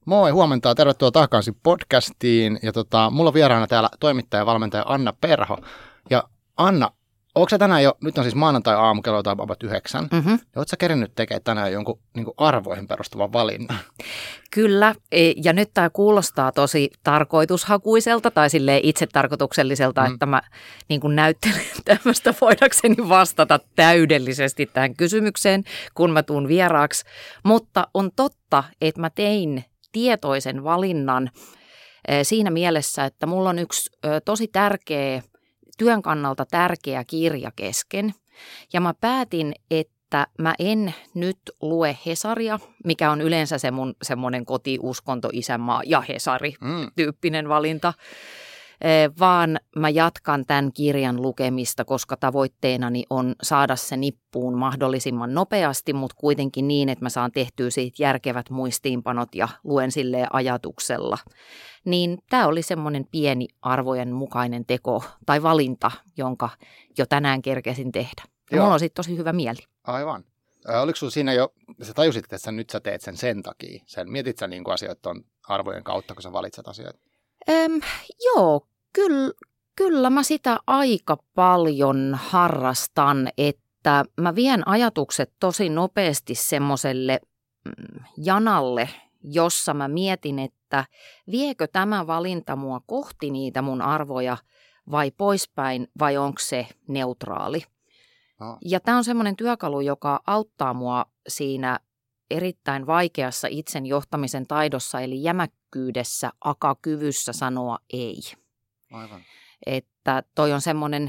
Moi, huomenta. Tervetuloa takaisin podcastiin. Ja mulla on vieraana täällä toimittaja ja valmentaja Anna Perho. Ja Anna, ootko sä tänään jo, nyt on siis maanantai-aamu, kello jotain about 9, ja ootko sä kerinyt tekemään tänään jonkun niin arvoihin perustuvan valinnan? Kyllä, ja nyt tämä kuulostaa tosi tarkoitushakuiselta tai silleen itsetarkoitukselliselta, että mä niin kuin näyttelen tämmöistä voidakseni vastata täydellisesti tähän kysymykseen, kun mä tuun vieraaksi. Mutta on totta, että mä tein tietoisen valinnan siinä mielessä, että mulla on yksi tosi tärkeä, työn kannalta tärkeä kirja kesken. Ja mä päätin, että mä en nyt lue Hesaria, mikä on yleensä se mun semmoinen koti, uskonto, isänmaa ja Hesari-tyyppinen valinta, vaan mä jatkan tämän kirjan lukemista, koska tavoitteenani on saada se nippuun mahdollisimman nopeasti, mutta kuitenkin niin, että mä saan tehtyä siitä järkevät muistiinpanot ja luen silleen ajatuksella. Niin tämä oli semmoinen pieni arvojen mukainen teko tai valinta, jonka jo tänään kerkesin tehdä. Ja mulla on sitten tosi hyvä mieli. Aivan. Oliko sinulla siinä jo, sä tajusit, että nyt sä teet sen takia? Mietit sä niinku asioita on arvojen kautta, kun sä valitset asioita? Joo, kyllä mä sitä aika paljon harrastan, että mä vien ajatukset tosi nopeasti semmoiselle janalle, jossa mä mietin, että viekö tämä valinta mua kohti niitä mun arvoja vai poispäin vai onko se neutraali. No. Ja tämä on semmoinen työkalu, joka auttaa mua siinä erittäin vaikeassa itsen johtamisen taidossa, eli jämäkkyydessä, kyvyssä sanoa ei. Aivan. Että toi on semmoinen,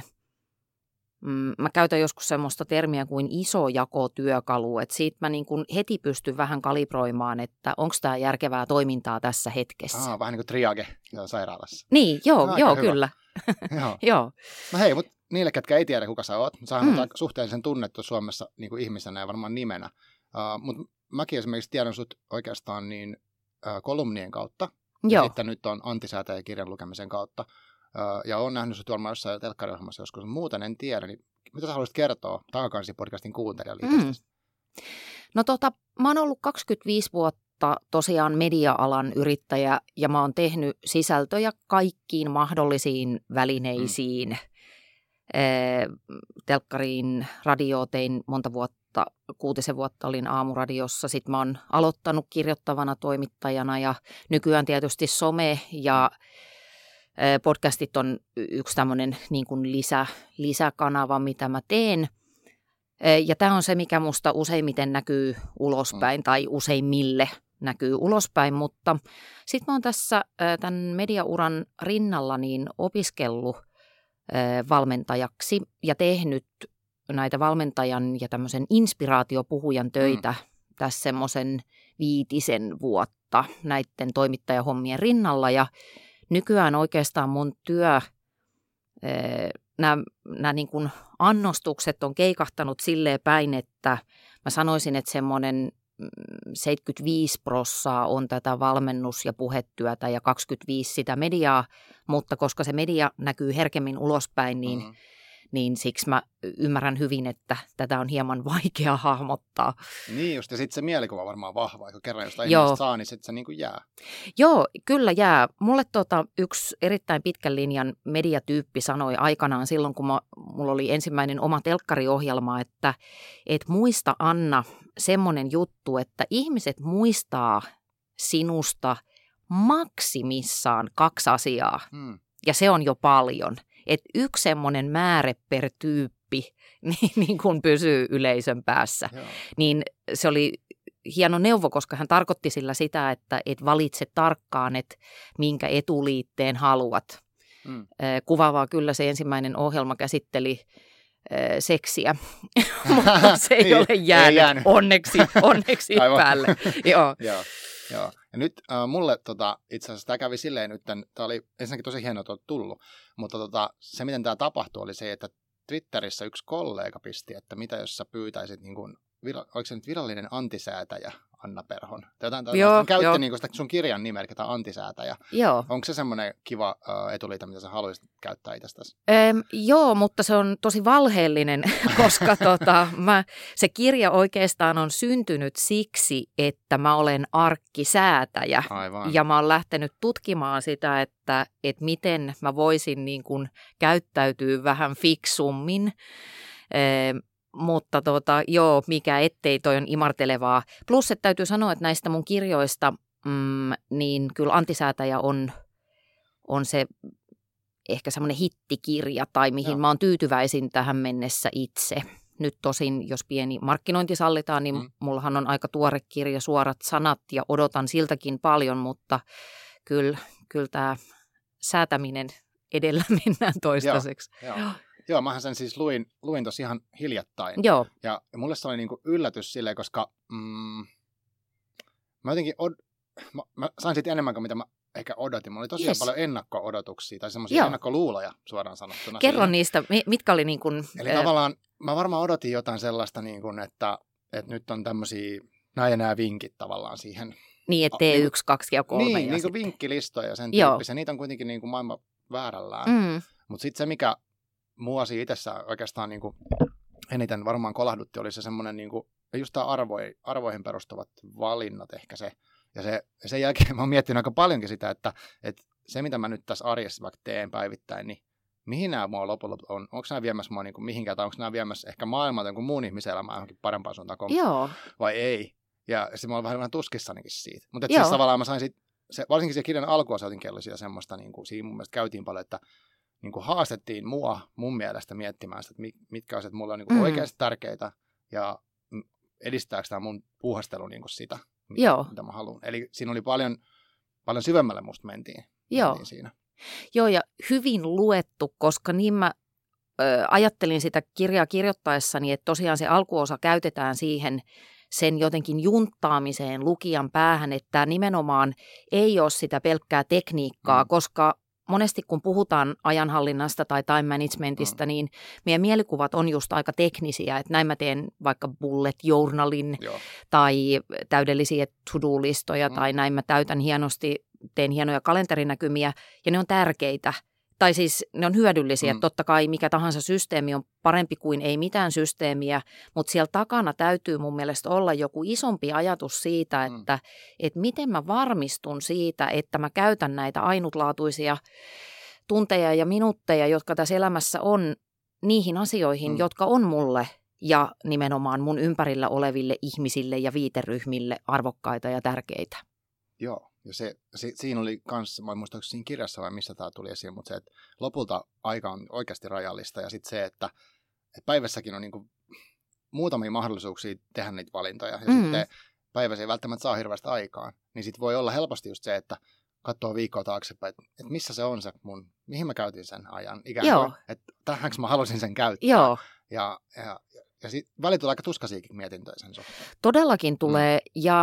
mä käytän joskus semmoista termiä kuin iso jakotyökalu, että siitä mä niin kuin heti pystyn vähän kalibroimaan, että onko tämä järkevää toimintaa tässä hetkessä. Vähän niin kuin triage sairaalassa. Niin, joo kyllä. Joo. No hei, mutta niille, ketkä ei tiedä, kuka sä oot, sähän on suhteellisen tunnettu Suomessa niin kuin ihmisenä ja varmaan nimenä. Mutta mäkin esimerkiksi tiedän sut oikeastaan niin kolumnien kautta. Ja sitten nyt on antisäätäjäkirjan lukemisen kautta. Ja olen nähnyt sut varmaan jossain telkkariohjelmassa joskus. Muuten en tiedä. Niin mitä sä haluaisit kertoa Takakansi-podcastin kuuntelijalle itsestäsi? No mä oon ollut 25 vuotta tosiaan media-alan yrittäjä ja mä oon tehnyt sisältöjä kaikkiin mahdollisiin välineisiin. Telkkariin, radioon tein monta vuotta, 6 vuotta olin Aamuradiossa. Sitten mä oon aloittanut kirjoittavana toimittajana ja nykyään tietysti some ja podcastit on yksi tämmöinen niin kuin lisäkanava, mitä mä teen. Ja tämä on se, mikä musta useimmiten näkyy ulospäin tai useimmille näkyy ulospäin, mutta sitten mä oon tässä tämän mediauran rinnalla niin opiskellut valmentajaksi ja tehnyt näitä valmentajan ja tämmöisen inspiraatiopuhujan töitä tässä semmoisen 5 vuotta näiden toimittajahommien rinnalla ja nykyään oikeastaan mun työ, nämä niin kuin annostukset on keikahtanut silleen päin, että mä sanoisin, että semmoinen 75% on tätä valmennus- ja puhetyötä ja 25% sitä mediaa, mutta koska se media näkyy herkemmin ulospäin, niin siksi mä ymmärrän hyvin, että tätä on hieman vaikea hahmottaa. Niin just, ja sitten se mielikuva varmaan vahva, kun kerran jostain ihmistä saa, niin sitten se niin kuin jää. Joo, kyllä jää. Mulle yksi erittäin pitkän linjan mediatyyppi sanoi aikanaan silloin, kun mulla oli ensimmäinen oma telkkariohjelma, että muista Anna semmoinen juttu, että ihmiset muistaa sinusta maksimissaan 2 asiaa, ja se on jo paljon. Että yksi semmoinen määrä per tyyppi niin kun pysyy yleisön päässä. Joo. Niin se oli hieno neuvo, koska hän tarkoitti sillä sitä, että et valitse tarkkaan, että minkä etuliitteen haluat. Kuvaavaa kyllä se ensimmäinen ohjelma käsitteli seksiä, mutta se ei ole jäänyt onneksi päälle. Joo. Joo. Ja nyt mulle itse asiassa tämä kävi silleen nyt, tämä oli ensinnäkin tosi hienoa, että olet tullut, mutta se miten tämä tapahtui oli se, että Twitterissä yksi kollega pisti, että mitä jos sä pyytäisit, niin kuin, oliko se nyt virallinen antisäätäjä Anna Perhon. Jotain käytti niin sitä sun kirjan nimeä, eli tämä Antisäätäjä. Joo. Onko se semmoinen kiva etuliite, mitä sä haluaisit käyttää itsestäsi? Joo, mutta se on tosi valheellinen, koska se kirja oikeastaan on syntynyt siksi, että mä olen arkkisäätäjä. Aivan. Ja mä oon lähtenyt tutkimaan sitä, että miten mä voisin niin kuin käyttäytyä vähän fiksummin. Mutta joo, mikä ettei, toi on imartelevaa. Plus, että täytyy sanoa, että näistä mun kirjoista, niin kyllä Antisäätäjä on se ehkä semmoinen hittikirja tai mihin mä oon tyytyväisin tähän mennessä itse. Nyt tosin, jos pieni markkinointi sallitaan, niin mullahan on aika tuore kirja Suorat sanat ja odotan siltäkin paljon, mutta kyllä tämä säätäminen edellä mennään toistaiseksi. Joo, mähän sen siis luin tossa ihan hiljattain. Joo. Ja mulle se oli niinku yllätys silleen, koska mä jotenkin mä sain siitä enemmän kuin mitä mä ehkä odotin. Mulla oli tosiaan paljon ennakko-odotuksia tai semmoisia ennakkoluuloja suoraan sanottuna. Kerro niistä, mitkä oli niin kuin... Eli tavallaan mä varmaan odotin jotain sellaista, niin kuin, että nyt on tämmöisiä, nämä vinkit tavallaan siihen. Niin, että tee 1, 2 ja 3. Niin kuin vinkkilistoja ja sen tyyppisiä. Niitä on kuitenkin niin kuin maailman väärällään. Mutta sitten se, mikä mua siinä itsessä oikeastaan niin kuin eniten varmaan kolahdutti, oli se semmoinen, niin kuin, just tämä arvoihin perustuvat valinnat ehkä se. Ja sen jälkeen mä oon miettinyt aika paljonkin sitä, että se mitä mä nyt tässä arjessa vaikka teen päivittäin, niin mihin nämä mua lopulta on? Onko nämä viemässä mua niin kuin mihinkään, tai onko nämä viemässä ehkä maailmalta jonkun muun ihmisen elämään johonkin parempaan suuntaan vai ei? Ja sitten mä oon vähän tuskissanikin siitä. Mutta siis tavallaan mä sain varsinkin se kirjan alkuosa jotenkin oli semmoista, niin kuin, siinä mun mielestä käytiin paljon, että niin kuin haastettiin mun mielestä miettimään sitä, että mitkä asiat mulle on niin kuin oikeasti tärkeitä ja edistääkö tämä mun puuhastelu niin kuin sitä, mitä mä haluan. Eli siinä oli paljon syvemmälle musta mentiin siinä. Joo, ja hyvin luettu, koska niin mä ajattelin sitä kirjaa kirjoittaessani, että tosiaan se alkuosa käytetään siihen sen jotenkin junttaamiseen lukijan päähän, että nimenomaan ei ole sitä pelkkää tekniikkaa, koska monesti kun puhutaan ajanhallinnasta tai time managementista, niin meidän mielikuvat on just aika teknisiä, että näin mä teen vaikka bullet journalin tai täydellisiä to-do-listoja tai näin mä täytän hienosti, teen hienoja kalenterinäkymiä ja ne on tärkeitä. Tai siis ne on hyödyllisiä, totta kai mikä tahansa systeemi on parempi kuin ei mitään systeemiä, mutta siellä takana täytyy mun mielestä olla joku isompi ajatus siitä, että miten mä varmistun siitä, että mä käytän näitä ainutlaatuisia tunteja ja minuutteja, jotka tässä elämässä on, niihin asioihin, jotka on mulle ja nimenomaan mun ympärillä oleville ihmisille ja viiteryhmille arvokkaita ja tärkeitä. Joo. Ja siinä oli myös, mä en muista, onko siinä kirjassa vai missä tämä tuli esiin, mutta se, että lopulta aika on oikeasti rajallista. Ja sitten se, että päivässäkin on niinku muutamia mahdollisuuksia tehdä niitä valintoja. Ja sitten päivässä ei välttämättä saa hirveästi aikaan. Niin sitten voi olla helposti just se, että katsoo viikkoa taaksepäin, että missä se on se mihin mä käytin sen ajan. Ikään kuin, että tähänkö mä halusin sen käyttää. Joo. Ja sitten välillä tulee aika tuskaisiakin mietintöjä sen suhteen. Todellakin tulee. Ja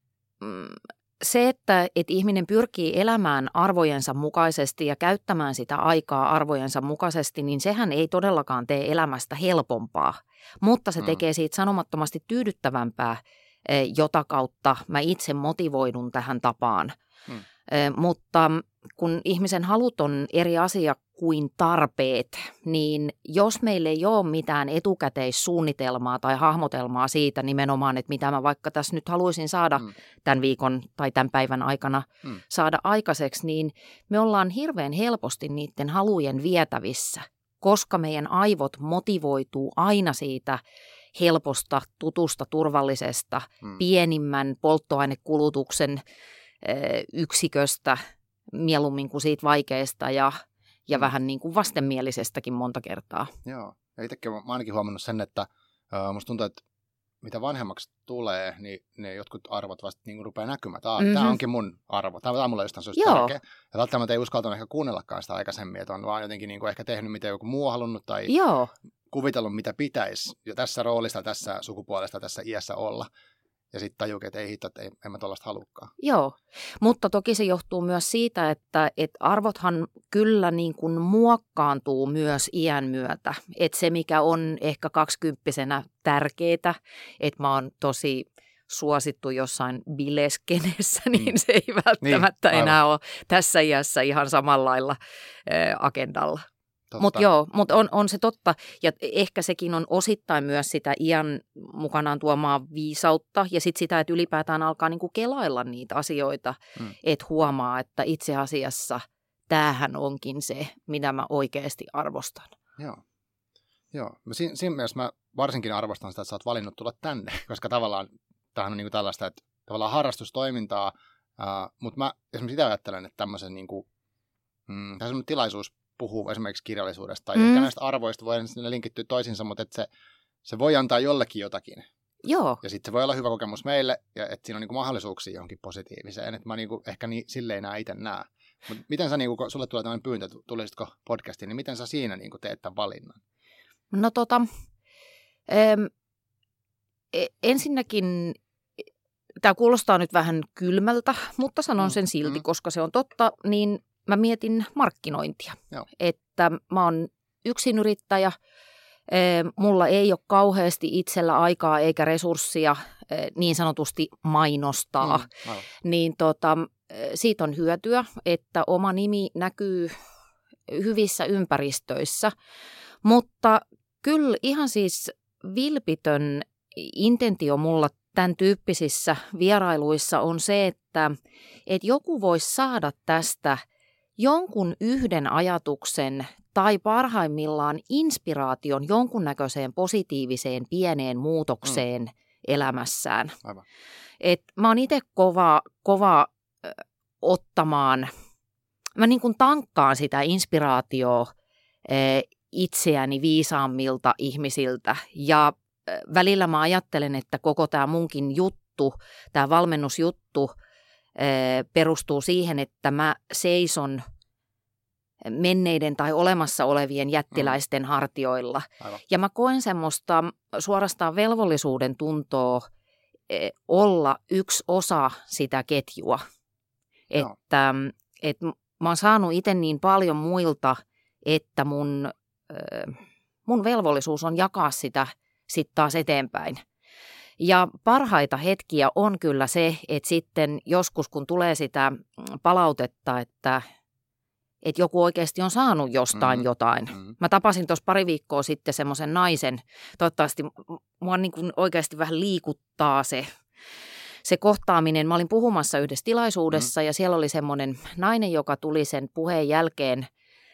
se, että ihminen pyrkii elämään arvojensa mukaisesti ja käyttämään sitä aikaa arvojensa mukaisesti, niin sehän ei todellakaan tee elämästä helpompaa, mutta se tekee siitä sanomattomasti tyydyttävämpää, jota kautta mä itse motivoidun tähän tapaan. Mutta kun ihmisen halut on eri asia kuin tarpeet, niin jos meillä ei ole mitään etukäteissuunnitelmaa tai hahmotelmaa siitä nimenomaan, että mitä mä vaikka tässä nyt haluaisin saada tämän viikon tai tämän päivän aikana saada aikaiseksi, niin me ollaan hirveän helposti niiden halujen vietävissä, koska meidän aivot motivoituu aina siitä helposta, tutusta, turvallisesta, pienimmän polttoainekulutuksen yksiköstä mieluummin kuin siitä vaikeasta ja vähän niin kuin vastenmielisestäkin monta kertaa. Joo, ja itsekin mä ainakin huomannut sen, että musta tuntuu, että mitä vanhemmaksi tulee, niin ne jotkut arvot vasta niin kuin rupeaa näkymään. Tämä onkin mun arvo, tämä on mulle jostain syystä tärkeä. Ja välttämättä ei uskaltanut ehkä kuunnellakaan sitä aikaisemmin, että on vaan jotenkin niin kuin ehkä tehnyt, mitä joku muu on halunnut tai kuvitellut, mitä pitäisi jo tässä roolissa, tässä sukupuolesta, tässä iässä olla. Ja sitten tajuukin, että ei hitto, että en mä tuollaista halukaan. Joo, mutta toki se johtuu myös siitä, että arvothan kyllä niin kuin muokkaantuu myös iän myötä. Että se, mikä on ehkä 20-vuotiaana tärkeää, että mä oon tosi suosittu jossain bileskenessä, niin se ei välttämättä enää ole tässä iässä ihan samalla lailla agendalla. Mutta joo, on se totta. Ja ehkä sekin on osittain myös sitä iän mukanaan tuomaa viisautta ja sitten sitä, että ylipäätään alkaa niinku kelailla niitä asioita, että huomaa, että itse asiassa tämähän onkin se, mitä mä oikeasti arvostan. Joo. Siinä mielessä mä varsinkin arvostan sitä, että sä oot valinnut tulla tänne, koska tavallaan tämähän on niinku tällaista, että tavallaan harrastustoimintaa, mutta mä esimerkiksi sitä ajattelen, että tämmöisen niinku, tämä on sellainen tilaisuus puhuu esimerkiksi kirjallisuudesta tai ehkä näistä arvoista voi ne linkittyä toisiinsa, mutta että se voi antaa jollekin jotakin. Joo. Ja sitten se voi olla hyvä kokemus meille, ja että siinä on niinku mahdollisuuksia johonkin positiiviseen, että mä niinku ehkä silleen enää itse näe. Mutta miten sä, niinku, kun sulle tulee tämmöinen pyyntö, tulisitko podcastiin, niin miten sä siinä niinku teet tämän valinnan? No ensinnäkin tämä kuulostaa nyt vähän kylmältä, mutta sanon sen silti, koska se on totta, niin mä mietin markkinointia. Joo. Että mä oon yksinyrittäjä, mulla ei ole kauheasti itsellä aikaa eikä resurssia niin sanotusti mainostaa, niin siitä on hyötyä, että oma nimi näkyy hyvissä ympäristöissä, mutta kyllä ihan siis vilpitön intentio mulla tämän tyyppisissä vierailuissa on se, että joku voisi saada tästä jonkun yhden ajatuksen tai parhaimmillaan inspiraation jonkunnäköiseen positiiviseen pieneen muutokseen elämässään. Aivan. Mä oon itse kova ottamaan, mä niin kuin tankkaan sitä inspiraatioa itseäni viisaammilta ihmisiltä ja välillä mä ajattelen, että koko tämä munkin juttu, tämä valmennusjuttu perustuu siihen, että mä seison menneiden tai olemassa olevien jättiläisten hartioilla. Aivan. Ja mä koen semmoista suorastaan velvollisuuden tuntoa olla yksi osa sitä ketjua. Että mä oon saanut itse niin paljon muilta, että mun velvollisuus on jakaa sitä sitten taas eteenpäin. Ja parhaita hetkiä on kyllä se, että sitten joskus kun tulee sitä palautetta, että joku oikeasti on saanut jostain jotain. Mä tapasin tuossa pari viikkoa sitten semmoisen naisen, toivottavasti mua niin kuin oikeasti vähän liikuttaa se kohtaaminen. Mä olin puhumassa yhdessä tilaisuudessa ja siellä oli semmoinen nainen, joka tuli sen puheen jälkeen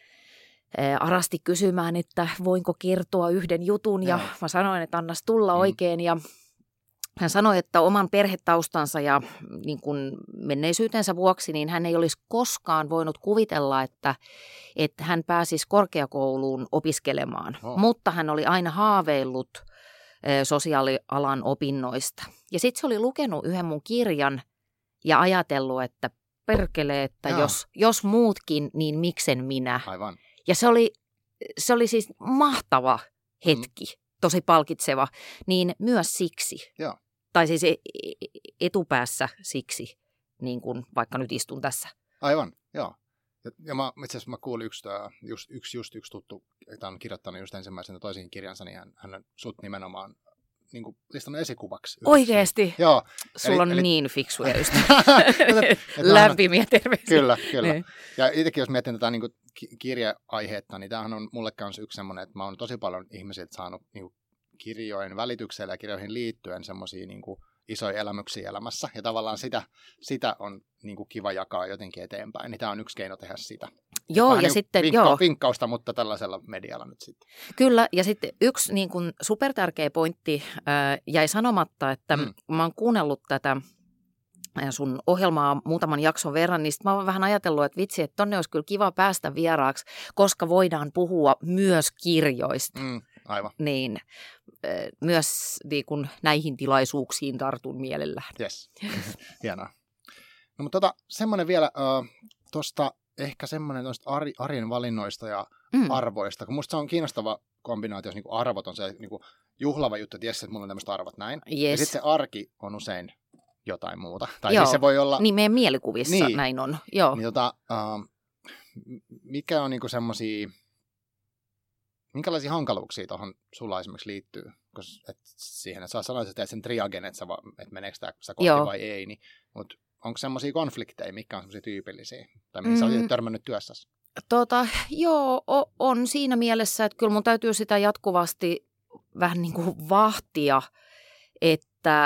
arasti kysymään, että voinko kertoa yhden jutun ja mä sanoin, että annas tulla oikein ja hän sanoi, että oman perhetaustansa ja niin kuin menneisyytensä vuoksi niin hän ei olisi koskaan voinut kuvitella, että hän pääsisi korkeakouluun opiskelemaan, mutta hän oli aina haaveillut sosiaalialan opinnoista. Ja sitten se oli lukenut yhden mun kirjan ja ajatellut, että perkele, että jos muutkin, niin miksen minä. Aivan. Ja se oli siis mahtava hetki, tosi palkitseva, niin myös siksi. Joo. Tai siis etupäässä siksi, niin kuin vaikka nyt istun tässä. Aivan, joo. Ja itse asiassa mä kuulin yksi tuttu, jota on kirjoittanut just ensimmäisen ja toisen kirjansa, niin hän on sut nimenomaan niin kuin listannut esikuvaksi. Oikeesti? Joo. Sulla on niin fiksuja ystäviä. Lämpimiä terveisiä. Kyllä. Niin. Ja itsekin jos mietin tätä niin kuin kirja-aihetta, niin tämähän on mulle kanssa yksi semmoinen, että mä oon tosi paljon ihmisiltä saanut niin kuin kirjojen välityksellä ja kirjoihin liittyen semmoisia niin kuin isoja elämyksiä elämässä. Ja tavallaan sitä on niin kuin kiva jakaa jotenkin eteenpäin. Niin tämä on yksi keino tehdä sitä. Joo, ja niin sitten vinkkausta, mutta tällaisella medialla nyt sitten. Kyllä, ja sitten yksi niin kuin supertärkeä pointti jäi sanomatta, että mä oon kuunnellut tätä sun ohjelmaa muutaman jakson verran, niin mä oon vähän ajatellut, että vitsi, että tonne olisi kyllä kiva päästä vieraaksi, koska voidaan puhua myös kirjoista. Aivan. Niin, myös niin kun näihin tilaisuuksiin tartun mielellään. Yes, hienoa. No mutta semmoinen vielä tuosta ehkä semmoinen noista arjen valinnoista ja arvoista, kun musta se on kiinnostava kombinaatio, jos niinku arvot on se niinku juhlava juttu, että jes, että mulla on tämmöiset arvot näin. Yes. Ja sitten se arki on usein jotain muuta. Tai siis se voi olla... Niin meidän mielikuvissa näin on. Joo. Niin mikä on niinku semmosia... minkälaisia hankaluuksia tuohon sulla esimerkiksi liittyy? Siihen, että sä sanoit, että teet sen triagen, että meneekö sitä kohti vai ei, niin, mutta onko semmoisia konflikteja, mitkä on semmoisia tyypillisiä, tai mihin sä olet törmännyt työssäsi? Joo, on siinä mielessä, että kyllä mun täytyy sitä jatkuvasti vähän niin kuin vahtia, että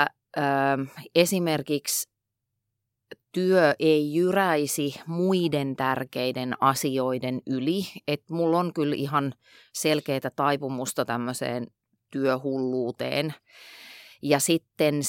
esimerkiksi työ ei jyräisi muiden tärkeiden asioiden yli. Että mulla on kyllä ihan selkeää taipumusta tämmöiseen työhulluuteen. Ja sitten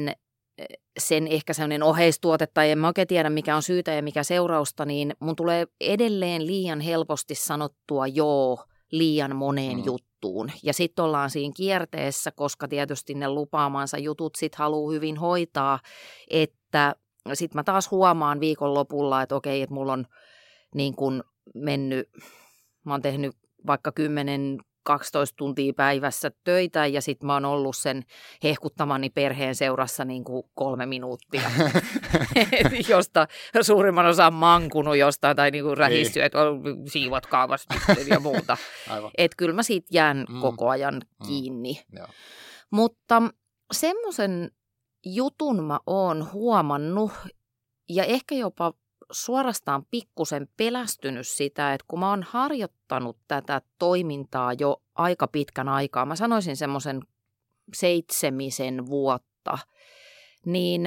sen ehkä sellainen oheistuote, tai en mä oikein tiedä mikä on syytä ja mikä seurausta, niin mun tulee edelleen liian helposti sanottua joo liian moneen juttuun. Ja sitten ollaan siinä kierteessä, koska tietysti ne lupaamansa jutut sit haluaa hyvin hoitaa, että sitten mä taas huomaan viikonlopulla, että okei, että mulla on niin kun mennyt, mä oon tehnyt vaikka 10-12 tuntia päivässä töitä ja sitten mä oon ollut sen hehkuttamani perheen seurassa niin kuin 3 minuuttia, josta suurimman osa on mankunut jostain tai niin kuin rähistyy, että siivot kaavasta ja muuta. Että kyllä mä siitä jään koko ajan kiinni. Mutta semmoisen jutun mä oon huomannut ja ehkä jopa suorastaan pikkusen pelästynyt sitä, että kun mä oon harjoittanut tätä toimintaa jo aika pitkän aikaa, mä sanoisin semmoisen 7 vuotta, niin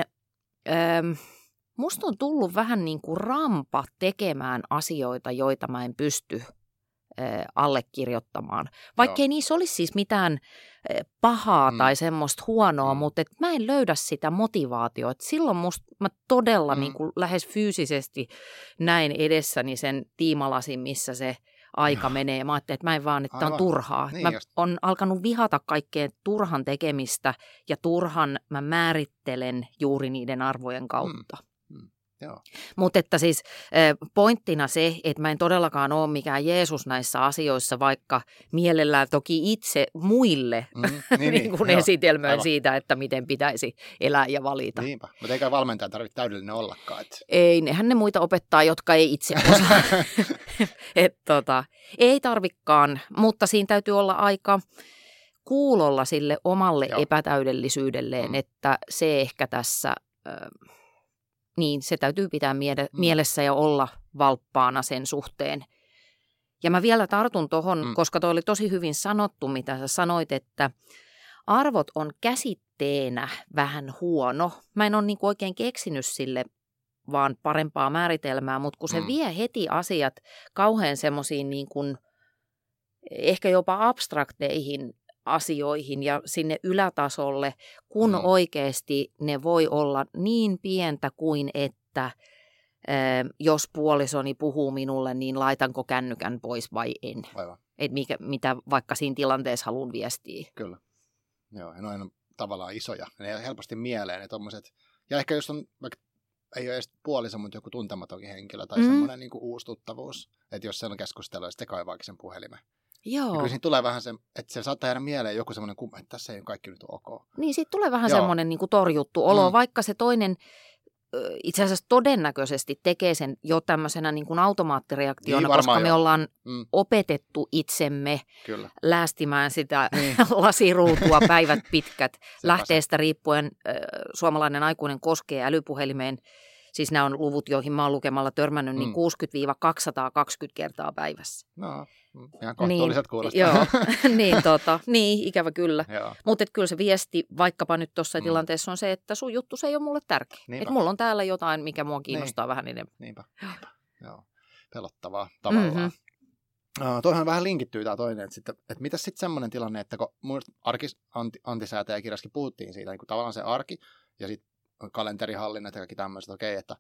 musta on tullut vähän niin kuin rampa tekemään asioita, joita mä en pysty allekirjoittamaan. Vaikkei niissä olisi siis mitään pahaa tai semmoista huonoa, mutta et mä en löydä sitä motivaatiota. Et silloin mä todella niin kuin lähes fyysisesti näin edessäni sen tiimalasin, missä se aika menee. Ja mä ajattelin, että mä en vaan, että on turhaa. Niin mä oon alkanut vihata kaikkeen turhan tekemistä ja turhan mä määrittelen juuri niiden arvojen kautta. Mutta että siis pointtina se, että mä en todellakaan ole mikään Jeesus näissä asioissa, vaikka mielellään toki itse muille niin kuin esitelmöön siitä, että miten pitäisi elää ja valita. Niinpä, mutta eikä valmentajan tarvitse täydellinen ollakaan. Että... Ei, nehän ne muita opettaa, jotka ei itse osaa. Ei tarvikaan, mutta siinä täytyy olla aika kuulolla sille omalle epätäydellisyydelleen, että se ehkä tässä... Niin, se täytyy pitää mielessä ja olla valppaana sen suhteen. Ja mä vielä tartun tuohon, koska toi oli tosi hyvin sanottu, mitä sä sanoit, että arvot on käsitteenä vähän huono. Mä en ole niin kuin oikein keksinyt sille vaan parempaa määritelmää, mutta kun se vie heti asiat kauhean semmoisiin niin kuin ehkä jopa abstrakteihin asioihin ja sinne ylätasolle, kun oikeasti ne voi olla niin pientä kuin, että jos puolisoni puhuu minulle, niin laitanko kännykän pois vai en. Että mitä vaikka siinä tilanteessa haluan viestiä. Kyllä. Joo, ja noin on tavallaan isoja. Ne jää helposti mieleen ne tommoset. Ja ehkä jos on, vaikka ei ole edes puoliso, mutta joku tuntematonkin henkilö tai semmoinen niin kuin uusi tuttavuus. Että jos siellä on keskustelua, sitten kaivaakin sen puhelimen. Joo. Ja kyllä siinä tulee vähän se, että se saattaa jäädä mieleen joku semmoinen, että tässä ei ole kaikki nyt ok. Niin, siitä tulee vähän semmoinen niin kuin torjuttu olo, vaikka se toinen itse asiassa todennäköisesti tekee sen jo tämmöisenä niin kuin automaattireaktiona, koska me ollaan opetettu itsemme läästimään sitä lasiruutua päivät pitkät. Lähteestä riippuen suomalainen aikuinen koskee älypuhelimeen. Siis nämä on luvut, joihin mä oon lukemalla törmännyt niin 60-220 kertaa päivässä. No, ihan kohtuulliset kuulostaa. Joo, niin, ikävä kyllä. Mutta kyllä se viesti vaikkapa nyt tuossa tilanteessa on se, että sun juttu se ei ole mulle tärkeä. Että mulla on täällä jotain, mikä mua kiinnostaa vähän enemmän. Niinpä. Joo, pelottavaa tavallaan. Toihan vähän linkittyy tämä toinen, että mitä sitten semmoinen tilanne, että kun mun antisäätäjäkirjassakin puhuttiin siitä, niin kuin tavallaan se arki ja sitten kalenterihallinnat ja kaikki tämmöiset, että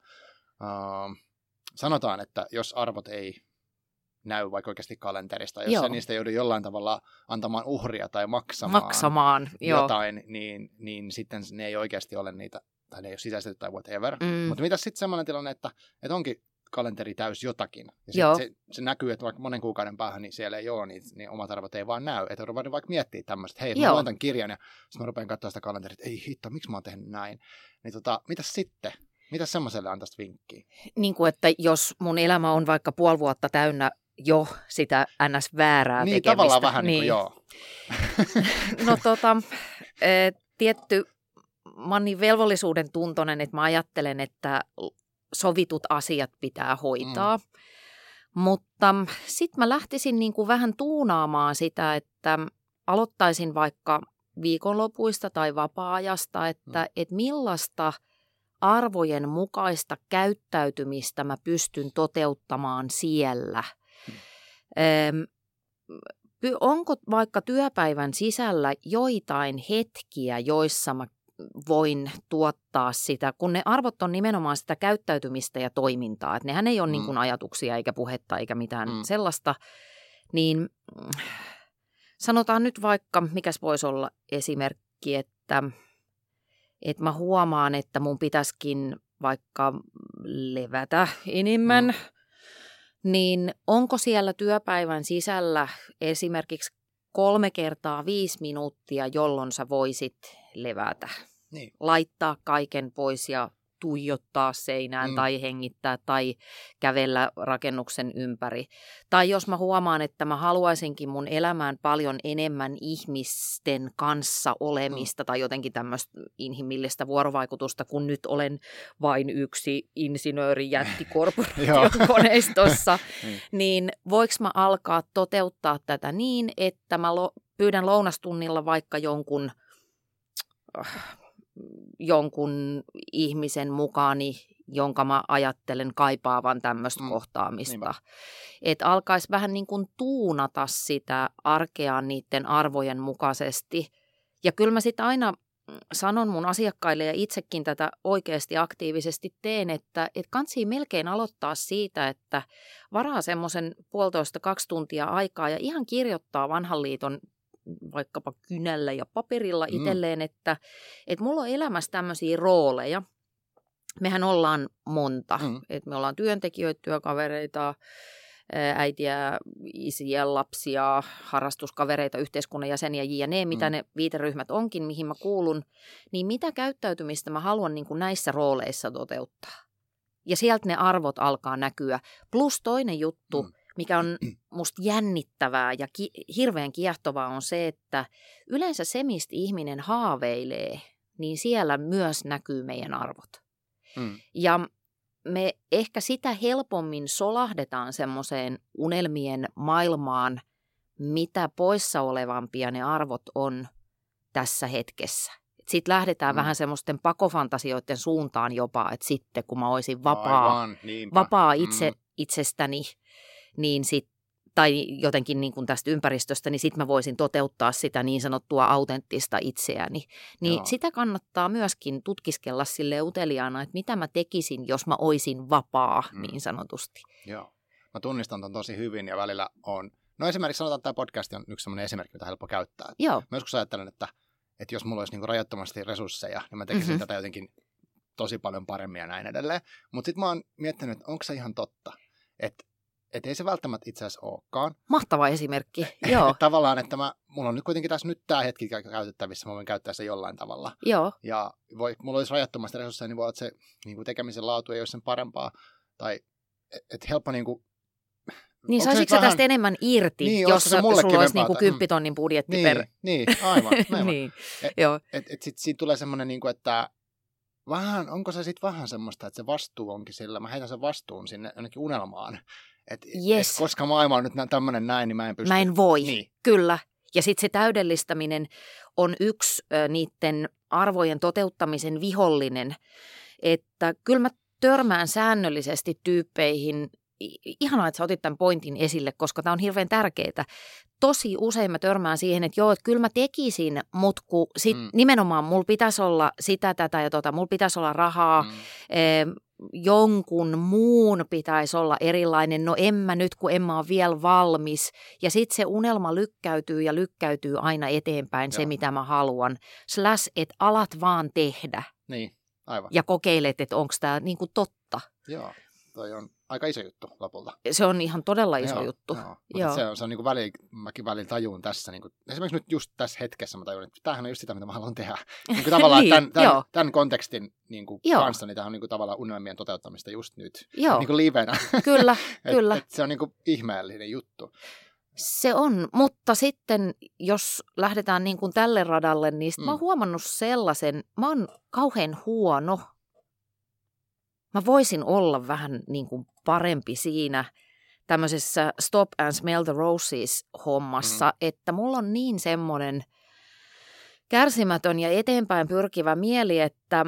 sanotaan, että jos arvot ei näy vaikka oikeasti kalenterista, jos se niistä joudu jollain tavalla antamaan uhria tai maksamaan jotain, niin sitten ne ei oikeasti ole niitä, tai ne ei ole sisäistetty tai whatever. Mutta mitä sitten semmoinen tilanne, että onkin kalenteri täys jotakin, ja se näkyy, että vaikka monen kuukauden päähän niin siellä ei ole, niin omat arvot ei vaan näy. Että rupean vaikka miettimään tämmöistä, että hei, mä luen tämän kirjan, ja sitten mä rupean katsoa sitä kalenteria, että ei hitto, miksi mä oon tehnyt näin. Niin mitäs sitten? Mitäs semmoiselle antaisit vinkkiä? Niin kuin, että jos mun elämä on vaikka 5 vuotta täynnä jo sitä NS-väärää niin, tekemistä. Tavallaan vähän niin kuin joo. No tietty, mä oon niin velvollisuuden tuntoinen, että mä ajattelen, että sovitut asiat pitää hoitaa. Mutta sitten mä lähtisin niin kuin vähän tuunaamaan sitä, että aloittaisin vaikka viikonlopuista tai vapaa-ajasta, että millaista arvojen mukaista käyttäytymistä mä pystyn toteuttamaan siellä. Onko vaikka työpäivän sisällä joitain hetkiä, joissa mä voin tuottaa sitä, kun ne arvot on nimenomaan sitä käyttäytymistä ja toimintaa, että nehän ei ole niin kuin ajatuksia eikä puhetta eikä mitään sellaista, niin sanotaan nyt vaikka, mikäs voisi olla esimerkki, että mä huomaan, että mun pitäisikin vaikka levätä enemmän, niin onko siellä työpäivän sisällä esimerkiksi 3 kertaa 5 minuuttia, jolloin sä voisit levätä, laittaa kaiken pois ja tuijottaa seinään tai hengittää tai kävellä rakennuksen ympäri. Tai jos mä huomaan, että mä haluaisinkin mun elämään paljon enemmän ihmisten kanssa olemista tai jotenkin tämmöistä inhimillistä vuorovaikutusta, kun nyt olen vain yksi insinööri jättikorporaation koneistossa, niin voiko mä alkaa toteuttaa tätä niin, että mä pyydän lounastunnilla vaikka jonkun ihmisen mukaani, jonka mä ajattelen kaipaavan tämmöistä kohtaamista. Että alkaisi vähän niin kuin tuunata sitä arkea niiden arvojen mukaisesti. Ja kyllä mä sitten aina sanon mun asiakkaille ja itsekin tätä oikeasti aktiivisesti teen, että kansi melkein aloittaa siitä, että varaa semmoisen 1,5–2 tuntia aikaa ja ihan kirjoittaa vanhan liiton vaikkapa kynällä ja paperilla itselleen, että mulla on elämässä tämmöisiä rooleja. Mehän ollaan monta. Että me ollaan työntekijöitä, työkavereita, äitiä, isiä, lapsia, harrastuskavereita, yhteiskunnan jäseniä, jne, mitä ne viiteryhmät onkin, mihin mä kuulun. Niin mitä käyttäytymistä mä haluan niin kuin näissä rooleissa toteuttaa? Ja sieltä ne arvot alkaa näkyä. Plus toinen juttu, mikä on musta jännittävää ja hirveän kiehtovaa on se, että yleensä se, mistä ihminen haaveilee, niin siellä myös näkyy meidän arvot. Ja me ehkä sitä helpommin solahdetaan semmoiseen unelmien maailmaan, mitä poissa olevampia ne arvot on tässä hetkessä. Sitten lähdetään vähän semmoisten pakofantasioiden suuntaan jopa, että sitten kun mä olisin vapaa itsestäni, niin tai jotenkin niin kuin tästä ympäristöstä, niin sitten mä voisin toteuttaa sitä niin sanottua autenttista itseäni. Niin sitä kannattaa myöskin tutkiskella sille uteliaana, että mitä mä tekisin, jos mä oisin vapaa niin sanotusti. Joo, mä tunnistan ton tosi hyvin ja välillä on, no esimerkiksi sanotaan, että tämä podcast on yksi sellainen esimerkki, mitä on helppo käyttää. Joo. Mä joskus ajattelen, että jos mulla olisi niin kuin rajattomasti resursseja, niin mä tekisin tätä jotenkin tosi paljon paremmin ja näin edelleen. Mutta sitten mä oon miettinyt, että onko se ihan totta, että ei se välttämättä itse asiassa olekaan. Mahtava esimerkki, joo. Tavallaan, että mulla on nyt kuitenkin tässä nyt tämä hetki käytettävissä, mä voin käyttää se jollain tavalla. Joo. Ja mulla olisi rajattomasti resursseja, niin voi olla, että se niin kuin tekemisen laatu ei ole sen parempaa. Tai että helppo niin kuin... Niin saisitko tästä enemmän irti, niin, jos sulla olisi niin kuin 10 tonnin budjetti per... Niin, aivan. Niin, joo. Sitten siinä tulee semmoinen, niin kuin, että onko se sitten vähän semmoista, että se vastuu onkin sillä, mä heitän sen vastuun sinne jonnekin unelmaan. Että koska maailma on nyt tämmöinen näin, niin mä en pysty. Mä en voi, kyllä. Ja sitten se täydellistäminen on yksi niiden arvojen toteuttamisen vihollinen. Että kyllä mä törmään säännöllisesti tyyppeihin, ihanaa, että sä otit tämän pointin esille, koska tämä on hirveän tärkeää. Tosi usein mä törmään siihen, että että kyllä mä tekisin, mutta kun nimenomaan mulla pitäisi olla sitä, tätä ja mulla pitäisi olla rahaa, jonkun muun pitäisi olla erilainen, no en mä nyt, kun en mä ole vielä valmis. Ja sitten se unelma lykkäytyy aina eteenpäin, se mitä mä haluan. / että alat vaan tehdä. Niin, aivan. Ja kokeilet, että onko tämä niinku totta. Joo. toi on aika iso juttu lopulta. Se on ihan todella iso juttu. Joo. Se on niin kuin mäkin välillä tajun tässä. Niin kuin, esimerkiksi nyt just tässä hetkessä mä tajun, että tämähän on just sitä, mitä mä haluan tehdä. Niin kuin tavallaan tämän kontekstin niin kuin kanssa, niin tämä on niin kuin tavallaan unelmien toteuttamista just nyt. Niin kuin livenä. Kyllä, kyllä. Se on niin kuin ihmeellinen juttu. Se on, mutta sitten jos lähdetään niin kuin tälle radalle, niin mä oon huomannut sellaisen, mä oon kauhean huono. Mä voisin olla vähän niin kuin parempi siinä tämmöisessä Stop and Smell the Roses-hommassa, että mulla on niin semmoinen kärsimätön ja eteenpäin pyrkivä mieli, että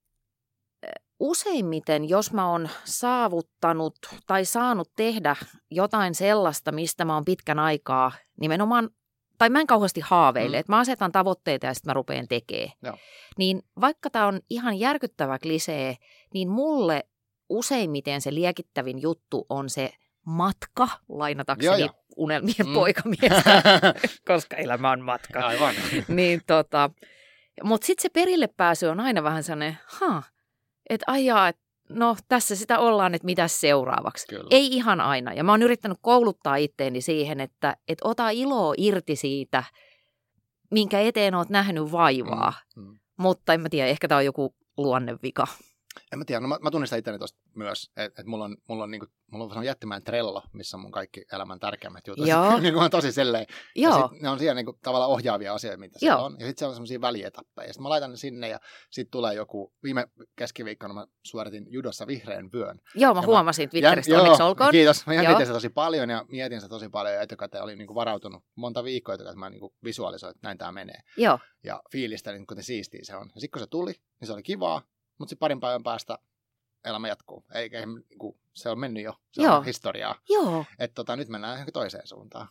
useimmiten, jos mä oon saavuttanut tai saanut tehdä jotain sellaista, mistä mä oon pitkän aikaa nimenomaan, tai mä en kauheasti haaveile, että mä asetan tavoitteita ja sitten mä rupean tekemään. Joo. Niin vaikka tää on ihan järkyttävä klisee, niin mulle useimmiten se liekittävin juttu on se matka, lainatakseni unelmien poikamiestä, koska elämä on matka. Aivan. Niin mutta sitten se perille pääsy on aina vähän sellainen, että no tässä sitä ollaan, että mitäs seuraavaksi. Kyllä. Ei ihan aina. Ja mä oon yrittänyt kouluttaa itteeni siihen, että ota iloa irti siitä, minkä eteen oot nähnyt vaivaa. Mutta en mä tiedä, ehkä tää on joku luonnevika. En mä tiedä, no mä tunnistan itteni tuosta myös, että mulla on jättimäinen Trello, missä on mun kaikki elämän tärkeimmät jutut. Niin on tosi silleen. Ja sit ne on siellä niin kuin, tavallaan ohjaavia asioita, mitä siellä on. Ja sitten siellä on semmoisia välietappeja. Sitten mä laitan ne sinne ja sitten tulee joku, viime keskiviikkona mä suoritin judossa vihreän vyön. Joo, mä huomasin Twitteristä, onneksi olkoon. Kiitos. Mä mietin sitä tosi paljon ja mietin sitä tosi paljon ja etukäteen olin niin kuin varautunut monta viikkoa etukäteen, että mä niin kuin visualisoin, että näin tää menee. Joo. Ja fiilistelin, kuinka siistiä se on. Ja sitten kun se tuli, niin se oli kivaa. Mutta sitten parin päivän päästä elämä jatkuu. Se on mennyt jo. Se on historiaa. Joo. Että nyt mennään johonkin toiseen suuntaan.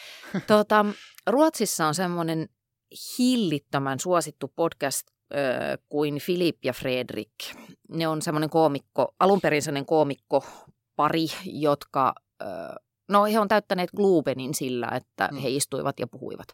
Ruotsissa on semmoinen hillittömän suosittu podcast kuin Philip ja Fredrik. Ne on semmoinen alunperin semmoinen koomikkopari, jotka, he on täyttäneet Globenin sillä, että he istuivat ja puhuivat.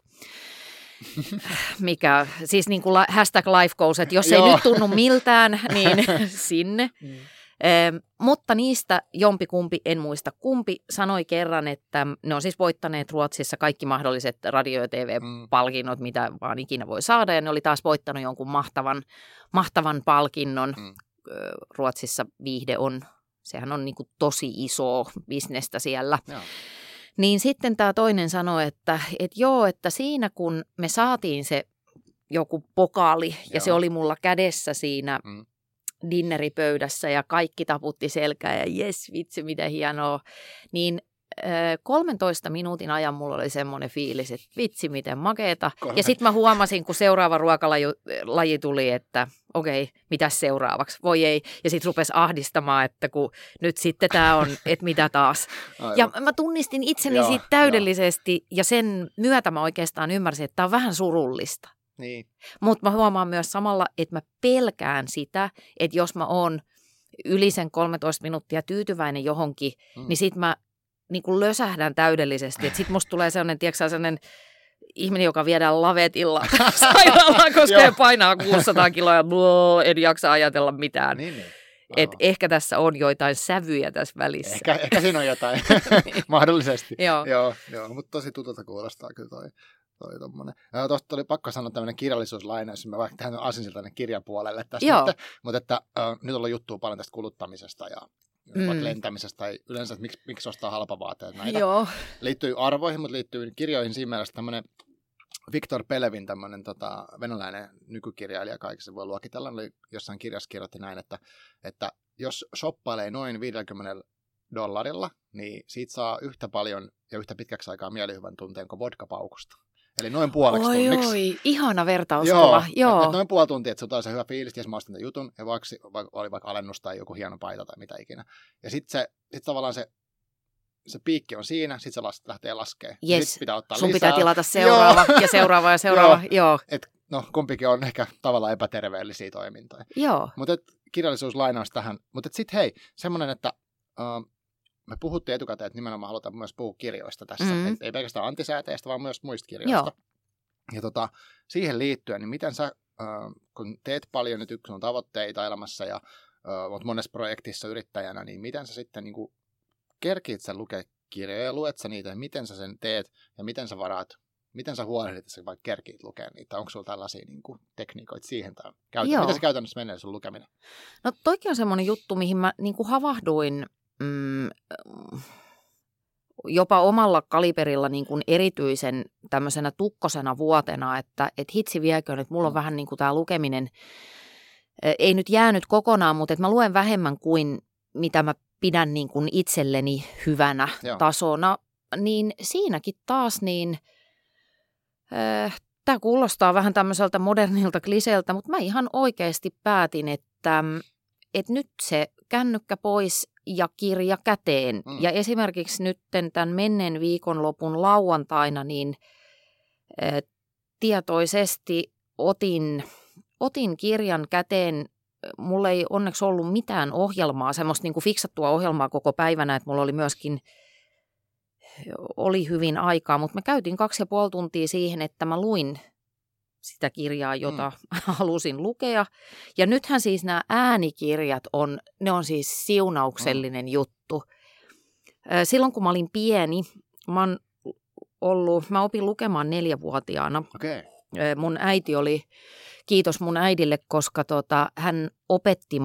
Mikä, siis niin kuin #life goals, että jos ei nyt tunnu miltään, niin sinne. Mutta niistä jompikumpi, en muista kumpi, sanoi kerran, että ne on siis voittaneet Ruotsissa kaikki mahdolliset radio- ja TV-palkinnot, mitä vaan ikinä voi saada. Ja ne oli taas voittanut jonkun mahtavan palkinnon. Ruotsissa viihde sehän on niin kuin tosi iso bisnestä siellä. Joo. Niin sitten tämä toinen sanoi, että siinä kun me saatiin se joku pokaali ja se oli mulla kädessä siinä dinneripöydässä ja kaikki taputti selkää ja jes vitsi mitä hienoa, niin 13 minuutin ajan mulla oli semmoinen fiilis, että vitsi miten makeeta. Ja sitten mä huomasin, kun seuraava ruokalaji tuli, että okei, mitäs seuraavaksi? Voi ei. Ja sitten rupesi ahdistamaan, että kun nyt sitten tämä on, että mitä taas. Aivan. Ja mä tunnistin itseni siitä täydellisesti ja sen myötä mä oikeastaan ymmärsin, että tämä on vähän surullista. Niin. Mutta mä huomaan myös samalla, että mä pelkään sitä, että jos mä oon yli sen 13 minuuttia tyytyväinen johonkin, niin sit mä niin kuin lösähdän täydellisesti. Että sit musta tulee sellainen ihminen, joka viedään lavetilla sairaalaan, koska he painaa 600 kiloa ja en jaksa ajatella mitään. Niin. Et ehkä tässä on joitain sävyjä tässä välissä. Ehkä siinä on jotain, mahdollisesti. Joo, mutta tosi tutulta kuulostaa kyllä toi tommonen. Tuosta oli pakko sanoa tämmöinen kirjallisuuslainaus, mä vaikka tähän asin tänne kirjapuolelle tästä, mutta että nyt on juttua paljon tästä kuluttamisesta ja lentämisestä tai yleensä, että miksi ostaa halpavaatteet näitä. Joo. Liittyy arvoihin, mutta liittyy kirjoihin siinä mielessä tämmöinen Viktor Pelevin, tämmöinen venäläinen nykykirjailija, kaikessa voi luokitella, oli jossain kirjassa kirjoitti näin, että jos shoppailee noin $50, niin siitä saa yhtä paljon ja yhtä pitkäksi aikaa mielihyvän tunteen kuin vodkapaukusta. Eli noin puoleksi tunniksi. Oi, ihana vertauskuva. Joo. Et noin puoli tuntia, että se on se hyvä fiilis, jos mä ostin tämän jutun, ja oli vaikka alennus tai joku hieno paita tai mitä ikinä. Ja sitten tavallaan se piikki on siinä, sitten se lähtee laskemaan. Yes. Pitää ottaa sun lisää. Pitää tilata seuraava ja seuraava ja seuraava. Joo. Kumpikin on ehkä tavallaan epäterveellisiä toimintoja. Joo. Mutta kirjallisuuslainaus tähän. Mutta sitten hei, semmoinen, että me puhuttiin etukäteen, että nimenomaan halutaan myös puhua kirjoista tässä. Ei pelkästään antisääteistä, vaan myös muista kirjoista. Joo. Ja siihen liittyen, niin miten sä, kun teet paljon nyt sun tavoitteita elämässä ja olet monessa projektissa yrittäjänä, niin miten sä sitten niin kuin, kerkiit sä lukea kirjoja, luet sä niitä, miten sä sen teet ja miten sä varaat, miten sä huolehdit, että sä vaikka kerkiit lukea niitä, onko sulla tällaisia niin kuin, tekniikoita siihen tai miten se käytännössä menee sun lukeminen? No toikin on semmoinen juttu, mihin mä niin kuin havahduin jopa omalla kaliberilla niin kuin erityisen tämmöisenä tukkosena vuotena, että hitsi vieköön, että mulla on vähän niin kuin tämä lukeminen, ei nyt jäänyt kokonaan, mutta että mä luen vähemmän kuin mitä mä pidän niin kuin itselleni hyvänä tasona, niin siinäkin taas niin, tämä kuulostaa vähän tämmöiseltä modernilta kliseeltä, mutta mä ihan oikeasti päätin, että nyt se kännykkä pois ja kirja käteen. Ja esimerkiksi nyt tämän menneen viikonlopun lauantaina niin tietoisesti otin kirjan käteen. Mulla ei onneksi ollut mitään ohjelmaa, semmoista niin kuin fiksattua ohjelmaa koko päivänä, että mulla oli myöskin hyvin aikaa, mutta mä käytin 2,5 tuntia siihen, että mä luin sitä kirjaa, jota halusin lukea. Ja nythän siis nämä äänikirjat ne on siis siunauksellinen juttu. Silloin kun mä olin pieni, mä opin lukemaan 4-vuotiaana. Okay. Mun äiti kiitos mun äidille, koska hän opetti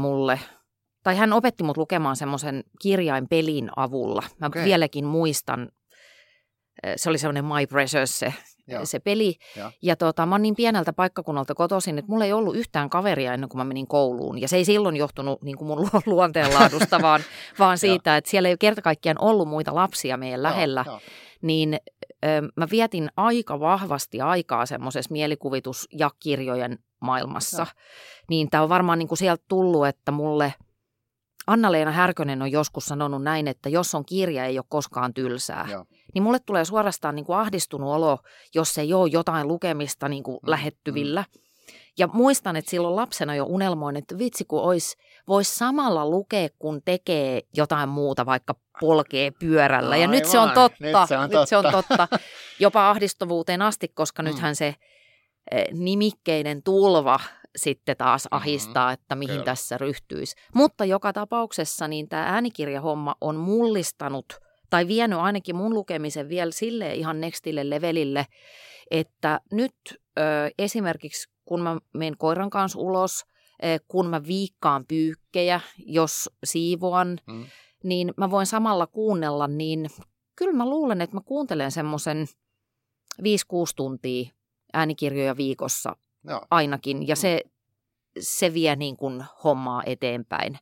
mut lukemaan semmoisen kirjainpelin avulla. Mä vieläkin muistan, se oli semmoinen My Precious se peli. Ja mä oon niin pieneltä paikkakunnalta kotoisin, että mulla ei ollut yhtään kaveria ennen kuin mä menin kouluun. Ja se ei silloin johtunut niin kuin mun luonteenlaadusta, vaan siitä, että siellä ei kerta kaikkiaan ollut muita lapsia meidän lähellä. Niin mä vietin aika vahvasti aikaa semmoisessa mielikuvitus- ja kirjojen maailmassa. Niin tää on varmaan niin kuin sieltä tullut, että mulle Anna-Leena Härkönen on joskus sanonut näin, että jos on kirja, ei ole koskaan tylsää. Niin mulle tulee suorastaan niin kuin ahdistunut olo, jos ei ole jotain lukemista niin kuin lähettyvillä. Ja muistan, että silloin lapsena jo unelmoin, että vitsi kun voisi samalla lukea, kun tekee jotain muuta, vaikka polkee pyörällä. Ja nyt se on totta. Jopa ahdistuvuuteen asti, koska nythän se nimikkeiden tulva sitten taas ahistaa, että mihin tässä ryhtyisi. Mutta joka tapauksessa niin tämä äänikirjahomma on mullistanut tai vienyt ainakin mun lukemisen vielä silleen ihan nextille levelille, että nyt esimerkiksi kun mä menen koiran kanssa ulos, kun mä viikkaan pyykkejä, jos siivoan, niin mä voin samalla kuunnella, niin kyllä mä luulen, että mä kuuntelen semmoisen 5-6 tuntia äänikirjoja viikossa ainakin, ja se vie niin kuin hommaa eteenpäin.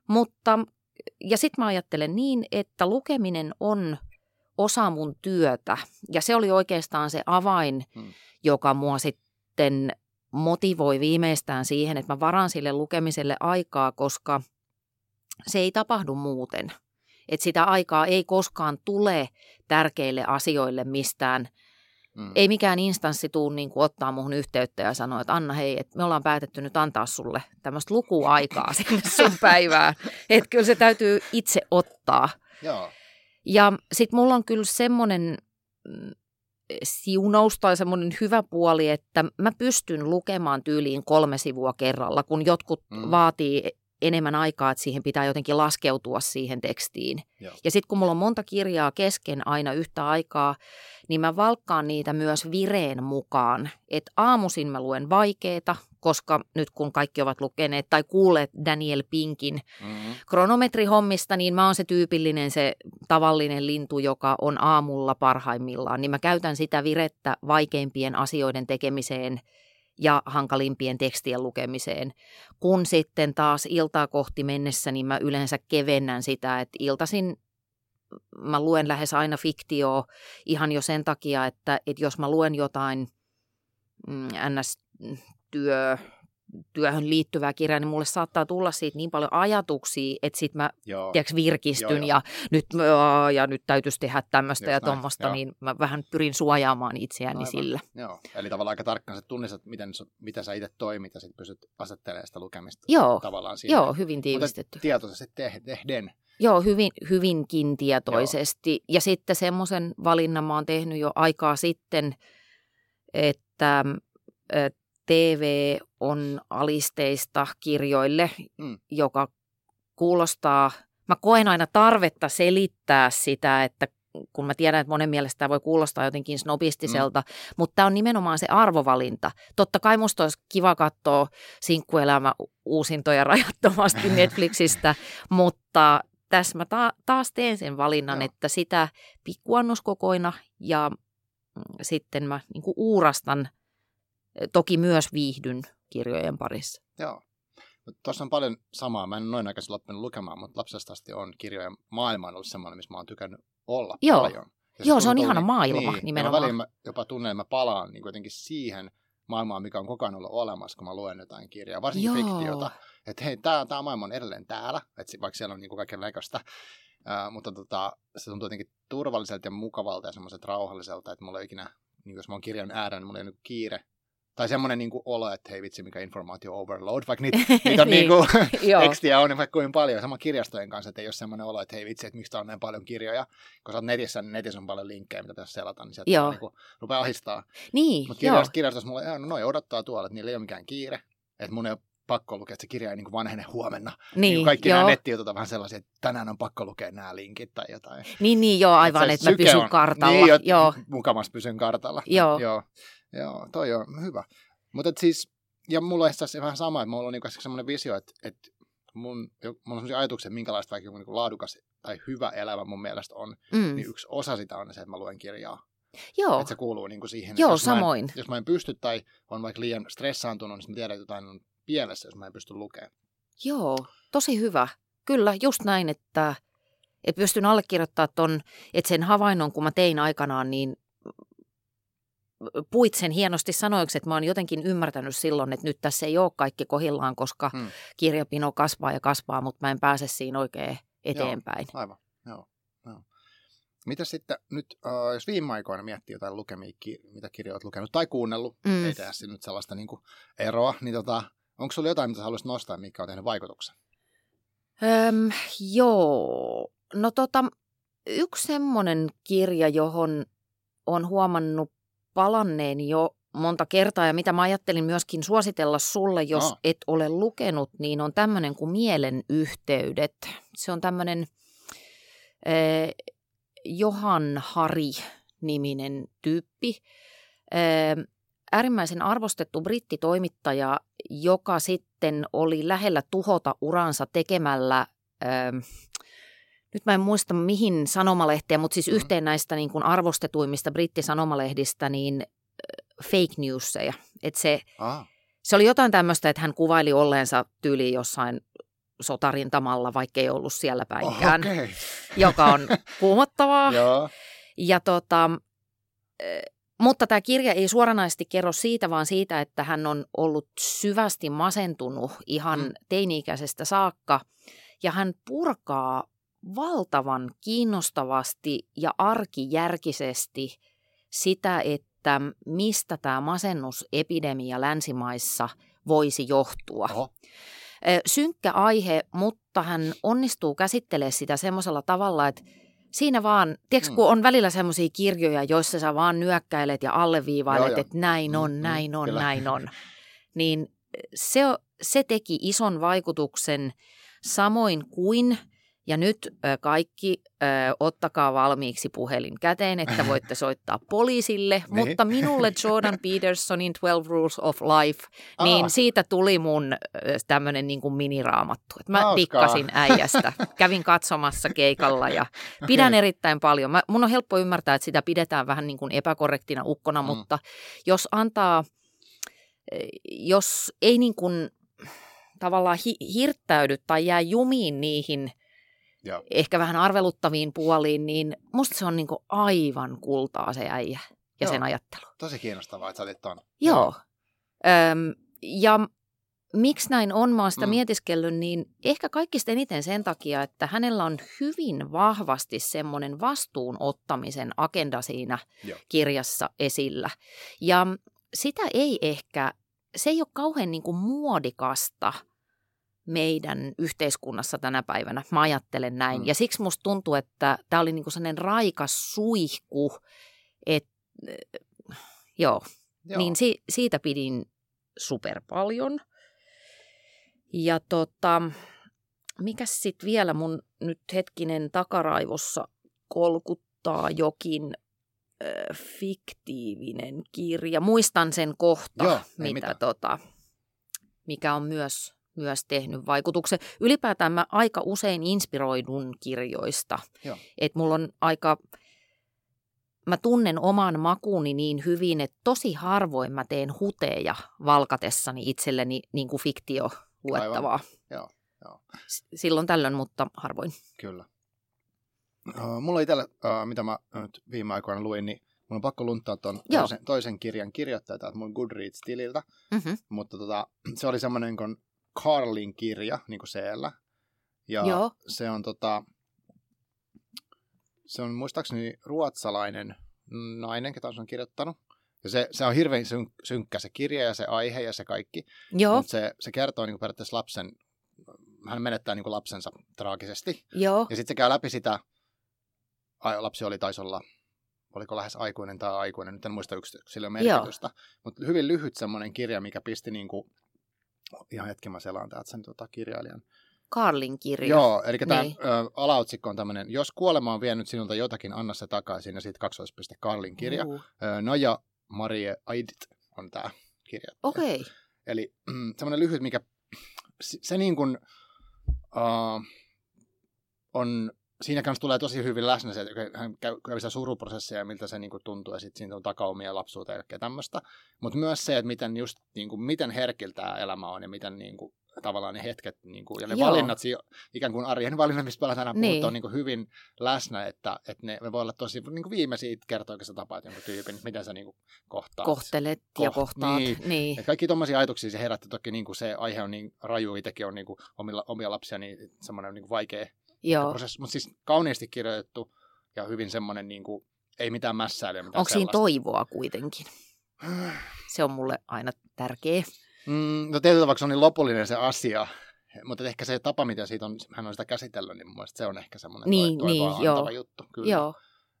Ja sitten mä ajattelen niin, että lukeminen on osa mun työtä, ja se oli oikeastaan se avain, joka mua sitten motivoi viimeistään siihen, että mä varaan sille lukemiselle aikaa, koska se ei tapahdu muuten. Että sitä aikaa ei koskaan tule tärkeille asioille mistään. Ei mikään instanssi tuu niin kuin ottaa muhun yhteyttä ja sanoa, että Anna hei, että me ollaan päätetty nyt antaa sulle tämmöistä lukuaikaa sinne sun päivään. Että kyllä se täytyy itse ottaa. Ja sitten mulla on kyllä semmoinen siunaus tai semmoinen hyvä puoli, että mä pystyn lukemaan tyyliin 3 sivua kerralla, kun jotkut vaatii enemmän aikaa, että siihen pitää jotenkin laskeutua siihen tekstiin. Ja sitten kun mulla on monta kirjaa kesken aina yhtä aikaa, niin mä valkkaan niitä myös vireen mukaan. Että aamuisin mä luen vaikeeta, koska nyt kun kaikki ovat lukeneet tai kuulleet Daniel Pinkin kronometrihommista, niin mä oon se tyypillinen, se tavallinen lintu, joka on aamulla parhaimmillaan. Niin mä käytän sitä virettä vaikeimpien asioiden tekemiseen ja hankalimpien tekstien lukemiseen. Kun sitten taas iltaa kohti mennessä, niin mä yleensä kevennän sitä, että iltaisin mä luen lähes aina fiktioa ihan jo sen takia, että jos mä luen jotain NS-työhön liittyvää kirjaa, niin mulle saattaa tulla siitä niin paljon ajatuksia, että sit mä virkistyn ja nyt täytyisi tehdä tämmöistä ja tuommoista, niin mä vähän pyrin suojaamaan itseäni sillä. Eli tavallaan aika tarkkaan sä tunnistat, miten sä itse toimit ja sitten pystyt asettelemaan sitä lukemista tavallaan siihen. Joo, hyvin tiivistetty. Mutta tietoisesti tehden. Joo, hyvinkin tietoisesti. Ja sitten semmoisen valinnan mä oon tehnyt jo aikaa sitten, että TV on alisteista kirjoille, joka kuulostaa, mä koen aina tarvetta selittää sitä, että kun mä tiedän, että monen mielestä tämä voi kuulostaa jotenkin snobistiselta, mutta tämä on nimenomaan se arvovalinta. Totta kai musta olisi kiva katsoa Sinkkuelämä uusintoja rajattomasti Netflixistä, mutta tässä mä taas teen sen valinnan, että sitä pikkuannoskokoina ja sitten mä niin kuin uurastan, toki myös viihdyn kirjojen parissa. Joo. Tuossa on paljon samaa. Mä en noin aikaisin loppinut lukemaan, mutta lapsesta asti on kirjojen maailma ollut semmoinen, missä mä oon tykännyt olla paljon. Joo, se on ihana maailma nimenomaan. Väliin mä jopa tunnen, että mä palaan niin kuitenkin siihen maailmaan, mikä on koko ajan ollut olemassa, kun mä luen jotain kirjaa, varsinkin fiktiota. Että hei, tää maailma on edelleen täällä, että vaikka siellä on niin kaikenlaista, mutta se tuntuu jotenkin turvalliselta ja mukavalta ja semmoiselta rauhalliselta, että mulla ei ikinä, niin jos mä oon kirjan äärellä, niin mulla ei ole kiire. Tai semmoinen niin kuin olo, että hei vitsi, mikä informaatio overload, vaikka niitä on niin kuin, tekstiä on vaikka kuin paljon. Sama kirjastojen kanssa, että ei ole semmoinen olo, että hei vitsi, että miksi tää on näin paljon kirjoja. Kun sä oot netissä, niin netissä on paljon linkkejä, mitä pitäisi selata, niin sieltä niin kuin rupeaa ahistaa. Niin, mutta kirjastossa mulla noi odottaa tuolla, että niillä ei ole mikään kiire. Että mun ei ole pakko lukea, että se kirja ei niin kuin vanhene huomenna. Niin, kaikki nämä nettijutut on vähän sellaisia, että tänään on pakko lukea nämä linkit tai jotain. Niin aivan, että mä pysyn kartalla. Niin, mukamassa pysyn kartalla. Joo, toi on hyvä. Mutta siis, ja mulla on se vähän sama, että mulla on niinku semmoinen visio, että mulla on semmoisia ajatuksia, että minkälaista vaikka niinku laadukas tai hyvä elämä mun mielestä on, niin yksi osa sitä on se, että mä luen kirjaa. Joo. Että se kuuluu niinku siihen. Joo, samoin. Jos mä en pysty tai on vaikka liian stressaantunut, niin mä tiedän, että jotain on pielessä, jos mä en pysty lukemaan. Joo, tosi hyvä. Kyllä, just näin, että pystyn allekirjoittamaan ton, että sen havainnon, kun mä tein aikanaan, niin puit sen hienosti sanoiksi, että mä oon jotenkin ymmärtänyt silloin, että nyt tässä ei ole kaikki kohillaan, koska kirjapino kasvaa ja kasvaa, mutta mä en pääse siinä oikein eteenpäin. Joo, aivan, joo. Mitäs sitten nyt, jos viime aikoina miettii jotain lukemia, mitä kirjoja olet lukenut tai kuunnellut, ei tehdä nyt sellaista niin kuin eroa, niin onko sulla jotain, mitä haluaisit nostaa, mikä on tehnyt vaikutuksen? Joo, no yksi semmoinen kirja, johon on huomannut palanneen jo monta kertaa ja mitä mä ajattelin myöskin suositella sulle, jos et ole lukenut, niin on tämmöinen kuin Mielen yhteydet. Se on tämmöinen Johan Hari-niminen tyyppi, äärimmäisen arvostettu brittitoimittaja, joka sitten oli lähellä tuhota uransa tekemällä, nyt mä en muista mihin sanomalehtiä, mutta siis yhteen näistä niin kuin arvostetuimmista brittisanomalehdistä, niin fake newsseja. Että se oli jotain tämmöistä, että hän kuvaili olleensa tyyliin jossain sotarintamalla, vaikka ei ollut siellä päinkään, joka on kuumottavaa. Ja mutta tämä kirja ei suoranaisesti kerro siitä, vaan siitä, että hän on ollut syvästi masentunut ihan teini-ikäisestä saakka. Ja hän purkaa valtavan kiinnostavasti ja arkijärkisesti sitä, että mistä tämä masennusepidemia länsimaissa voisi johtua. Synkkä aihe, mutta hän onnistuu käsittelemään sitä semmoisella tavalla, että siinä vaan, tiedätkö, kun on välillä semmoisia kirjoja, joissa sä vaan nyökkäilet ja alleviivailet, että näin on, näin on, näin on. Niin se teki ison vaikutuksen samoin kuin, ja nyt kaikki ottakaa valmiiksi puhelin käteen, että voitte soittaa poliisille, mutta minulle Jordan Petersonin 12 Rules of Life, niin siitä tuli mun tämmöinen niin kuin miniraamattu. Että mä dikkasin äijästä, kävin katsomassa keikalla ja pidän erittäin paljon. Mun on helppo ymmärtää, että sitä pidetään vähän niin kuin epäkorrektina ukkona, mutta jos ei niin kuin tavallaan hirttäydy tai jää jumiin niihin ehkä vähän arveluttaviin puoliin, niin musta se on niin kuin aivan kultaa se äijä ja sen ajattelu. Tosi kiinnostavaa, että sä olit ton. Joo. Ja miksi näin on, mä oon sitä mietiskellyt, niin ehkä kaikista eniten sen takia, että hänellä on hyvin vahvasti semmoinen vastuun ottamisen agenda siinä kirjassa esillä. Ja sitä se ei ole kauhean niin kuin muodikasta meidän yhteiskunnassa tänä päivänä. Mä ajattelen näin. Ja siksi musta tuntuu, että tämä oli niinku sellainen raikas suihku, että niin siitä pidin super paljon. Ja Mikäs sitten vielä mun nyt hetkinen takaraivossa kolkuttaa jokin fiktiivinen kirja. Muistan sen kohta, Joo, mikä on myös tehnyt vaikutuksen. Ylipäätään mä aika usein inspiroidun kirjoista. Että mulla on mä tunnen oman makuuni niin hyvin, että tosi harvoin mä teen huteja valkatessani itselleni niin kuin fiktioluettavaa. Joo. Silloin tällöin, mutta harvoin. Kyllä. Mulla itsellä, mitä mä nyt viime aikoina luin, niin mun on pakko lunttaa tuon toisen kirjan kirjoittaja täältä mun Goodreads-tililtä. Mm-hmm. Mutta se oli semmoinen kuin Carlin kirja, niin kuin siellä. Ja se on se on muistaakseni ruotsalainen nainen, ketä on kirjoittanut. Ja se on hirveän synkkä se kirja ja se aihe ja se kaikki. Mutta se kertoo niin kuin periaatteessa hän menettää niin kuin lapsensa traagisesti. Joo. Ja sitten se käy läpi sitä, lapsi taisi olla, oliko lähes aikuinen tai aikuinen, nyt en muista yksilön merkitystä. Mutta hyvin lyhyt semmoinen kirja, mikä pisti niin kuin, ihan hetken mä selaan täältä sen kirjailijan. Carlin kirja. Joo, eli tämä alaotsikko on tämmöinen, jos kuolema on vienyt sinulta jotakin, anna se takaisin, ja sitten Carlin kirja. Noja Marie Aidit on tämä kirja. Okei. Eli semmoinen lyhyt, mikä se niin kuin on, siinä kanssa tulee tosi hyvin läsnä se, että hän käy sitä suruprosessia ja miltä se niin kuin tuntuu, ja sitten siinä on takaumia lapsuuteen ja kaikkea tämmöistä. Mutta myös se, että miten, just, niin kuin, miten herkillä tämä elämä on ja miten niin kuin, tavallaan ne hetket niin kuin, ja ne valinnat, ikään kuin arjen valinnat, mistä paljon tänään puhutaan, on niin kuin hyvin läsnä, että ne voi olla tosi niin kuin viimeisiä kertoa, kun sä tapaat jonkun tyypin, miten sä niin kuin kohtaat. Kohtelet ja kohtaat. Niin. Kaikki tommosia ajatuksia se herätti toki, niin kuin se aihe on niin raju, itsekin on niin kuin omia lapsia, niin semmoinen niin kuin vaikea prosessi, mutta siis kauniisti kirjoitettu ja hyvin semmoinen, niin kuin, ei mitään mässäilyä. Onko siinä toivoa kuitenkin? Se on mulle aina tärkeä. No tietyllä tavalla se on niin lopullinen se asia, mutta ehkä se tapa, miten siitä hän on sitä käsitellyt, niin mun mielestä se on ehkä semmoinen toivoa antava juttu. Kyllä.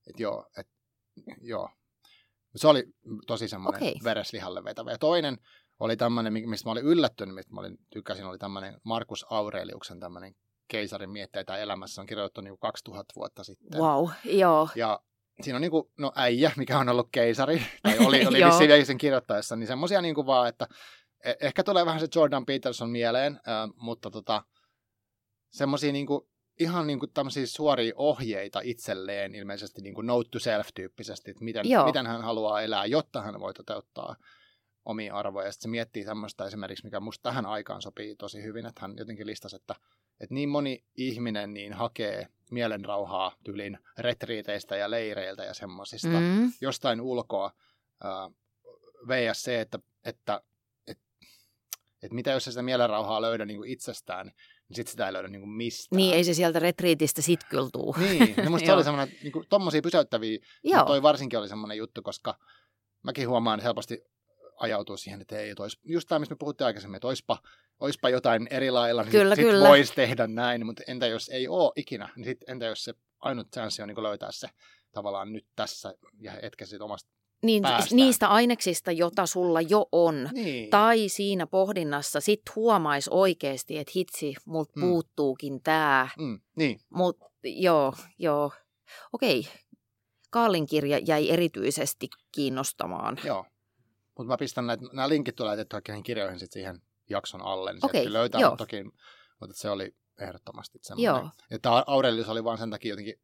Joo. Se oli tosi semmoinen vereslihalle vetävä. Ja toinen oli tämmöinen, mistä mä olin yllättynyt, mistä mä tykkäsin, oli tämmöinen Marcus Aureliuksen tämmöinen Keisarin mietteitä elämässä, on kirjoitettu niin kuin 2000 vuotta sitten. Wow, joo. Ja siinä on niin kuin, äijä, mikä on ollut keisari, tai oli vissiin sen kirjoittaessa, niin semmoisia niin kuin vaan, että ehkä tulee vähän se Jordan Peterson mieleen, mutta semmoisia niin kuin, ihan niin kuin tämmöisiä suoria ohjeita itselleen, ilmeisesti niin kuin note to self-tyyppisesti, että miten hän haluaa elää, jotta hän voi toteuttaa omia arvoja. Ja sitten se miettii tämmöistä esimerkiksi, mikä musta tähän aikaan sopii tosi hyvin, että hän jotenkin listasi, että niin moni ihminen niin hakee mielenrauhaa tyylin retriiteistä ja leireiltä ja semmoisista jostain ulkoa vs. se, että mitä jos se sitä mielenrauhaa löydä niin kuin itsestään, niin sitten sitä ei löydä niin kuin mistään. Niin, ei se sieltä retriitistä sit kyllä tuu. Niin, no musta se oli semmoinen, niin kuin tommosia pysäyttäviä, toi varsinkin oli semmoinen juttu, koska mäkin huomaan helposti ajautua siihen, että ei, just tämä, mistä me puhuttiin aikaisemmin, että oispa jotain eri lailla, niin sitten voisi tehdä näin, mutta entä jos ei ole ikinä, niin sit, entä jos se ainut chanssi on niin löytää se tavallaan nyt tässä ja etkä sitten omasta päästään. Niistä aineksista, jota sulla jo on, tai siinä pohdinnassa sit huomaisi oikeasti, että hitsi, multa puuttuukin tämä. Niin. Mut joo. Okei. Carlin kirja jäi erityisesti kiinnostamaan. Joo. Mutta mä pistän nämä linkit tulee laitettu kaikkiin kirjoihin sit siihen jakson alle, niin sieltä löytää toki, mutta se oli ehdottomasti semmoinen. Ja tämä Aurelius oli vaan sen takia jotenkin,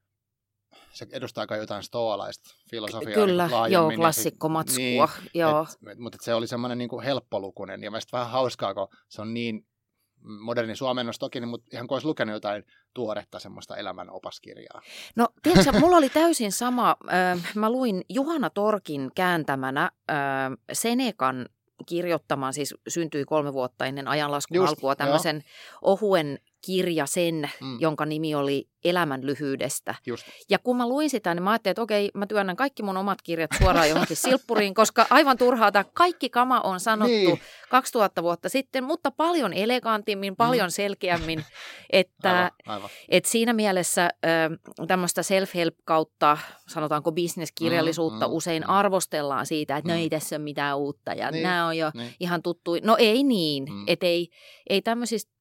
se edustaa kai jotain stoalaista filosofiaa. Kyllä, joo, klassikkomatskua. Mutta se oli semmoinen niinku helppolukunen ja mielestäni vähän hauskaa, kun se on niin moderni suomennos toki, mutta ihan kuin olisi lukenut jotain tuoretta semmoista elämän opaskirjaa. No, tiedätkö, mulla oli täysin sama. Mä luin Juhana Torkin kääntämänä Senecan kirjoittamaan, siis syntyi 3 vuotta ennen ajanlaskun alkua, tämmöisen ohuen kirja sen, jonka nimi oli Elämän lyhyydestä. Just. Ja kun mä luin sitä, niin mä ajattelin, että okei, mä työnnän kaikki mun omat kirjat suoraan johonkin silppuriin, koska aivan turhaa tämä kaikki kama on sanottu 2000 vuotta sitten, mutta paljon elegantimmin, paljon selkeämmin, että siinä mielessä tämmöistä self-help kautta, sanotaanko bisneskirjallisuutta usein arvostellaan siitä, että no ei tässä ole mitään uutta ja nämä on jo ihan tuttuja. No ei niin, että ei tämmöisistä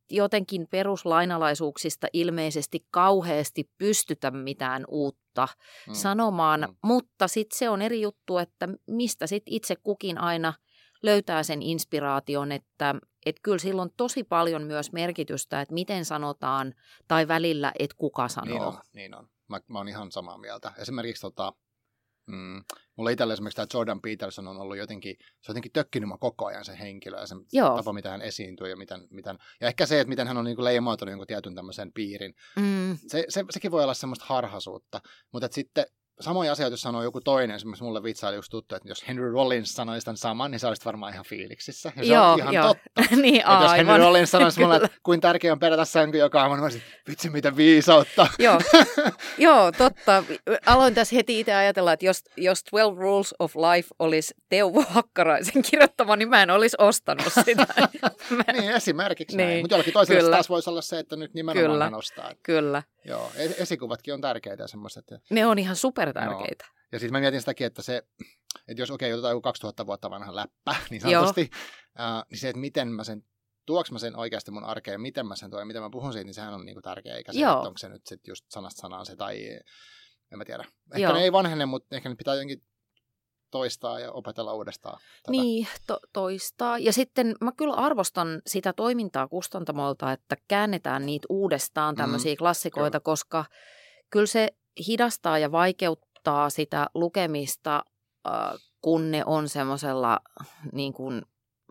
jotenkin peruslainalaisuuksista ilmeisesti kauheasti pystytä mitään uutta sanomaan, mutta sitten se on eri juttu, että mistä sitten itse kukin aina löytää sen inspiraation, että kyllä sillä on tosi paljon myös merkitystä, että miten sanotaan tai välillä, että kuka sanoo. Niin on. Mä oon ihan samaa mieltä. Esimerkiksi mulla itsellä esimerkiksi tämä Jordan Peterson on ollut jotenkin tökkinyt koko ajan se henkilö ja se tapa, mitä hän esiintyy ja ja ehkä se, että miten hän on niin kuin leimautunut jonkun tietyn tämmöisen piirin. Sekin voi olla semmoista harhaisuutta, mutta sitten samoja asioita, jos sanoo joku toinen, esimerkiksi mulle vitsaili just tuttu, että jos Henry Rollins sanoisi tämän saman, niin sä olisit varmaan ihan fiiliksissä. Ja se on ihan totta. Niin, jos Henry Rollins sanoisi mulle, että kuin tärkeää on perätä sänky joka aamu, niin mä olisin, vitsi mitä viisautta. Joo, totta. Aloin tässä heti itse ajatella, että jos 12 Rules of Life olisi Teuvo Hakkaraisen kirjoittama, niin mä en olisi ostanut sitä. Niin, esimerkiksi näin. Mutta jollakin toisella taas voisi olla se, että nyt nimenomaan hän ostaa. Kyllä. Joo, esikuvatkin on tärkeitä semmoiset. Ne on ihan supertärkeitä. No. Ja sitten mä mietin sitäkin, että jos otetaan joku 2000 vuotta vanha läppä, niin sanotusti, niin se, että miten mä sen, tuoks mä sen oikeasti mun arkeen, miten mä sen tuon ja miten mä puhun siitä, niin sehän on niinku tärkeä, eikä se, että onko se nyt sit just sanasta sanaan se tai en mä tiedä. Ehkä ne ei vanhene, mutta ehkä ne pitää jotenkin toistaa ja opetella uudestaan. Niin, toistaa. Ja sitten mä kyllä arvostan sitä toimintaa kustantamolta, että käännetään niitä uudestaan tämmöisiä klassikoita, koska kyllä se hidastaa ja vaikeuttaa sitä lukemista, kun ne on semmoisella niin kuin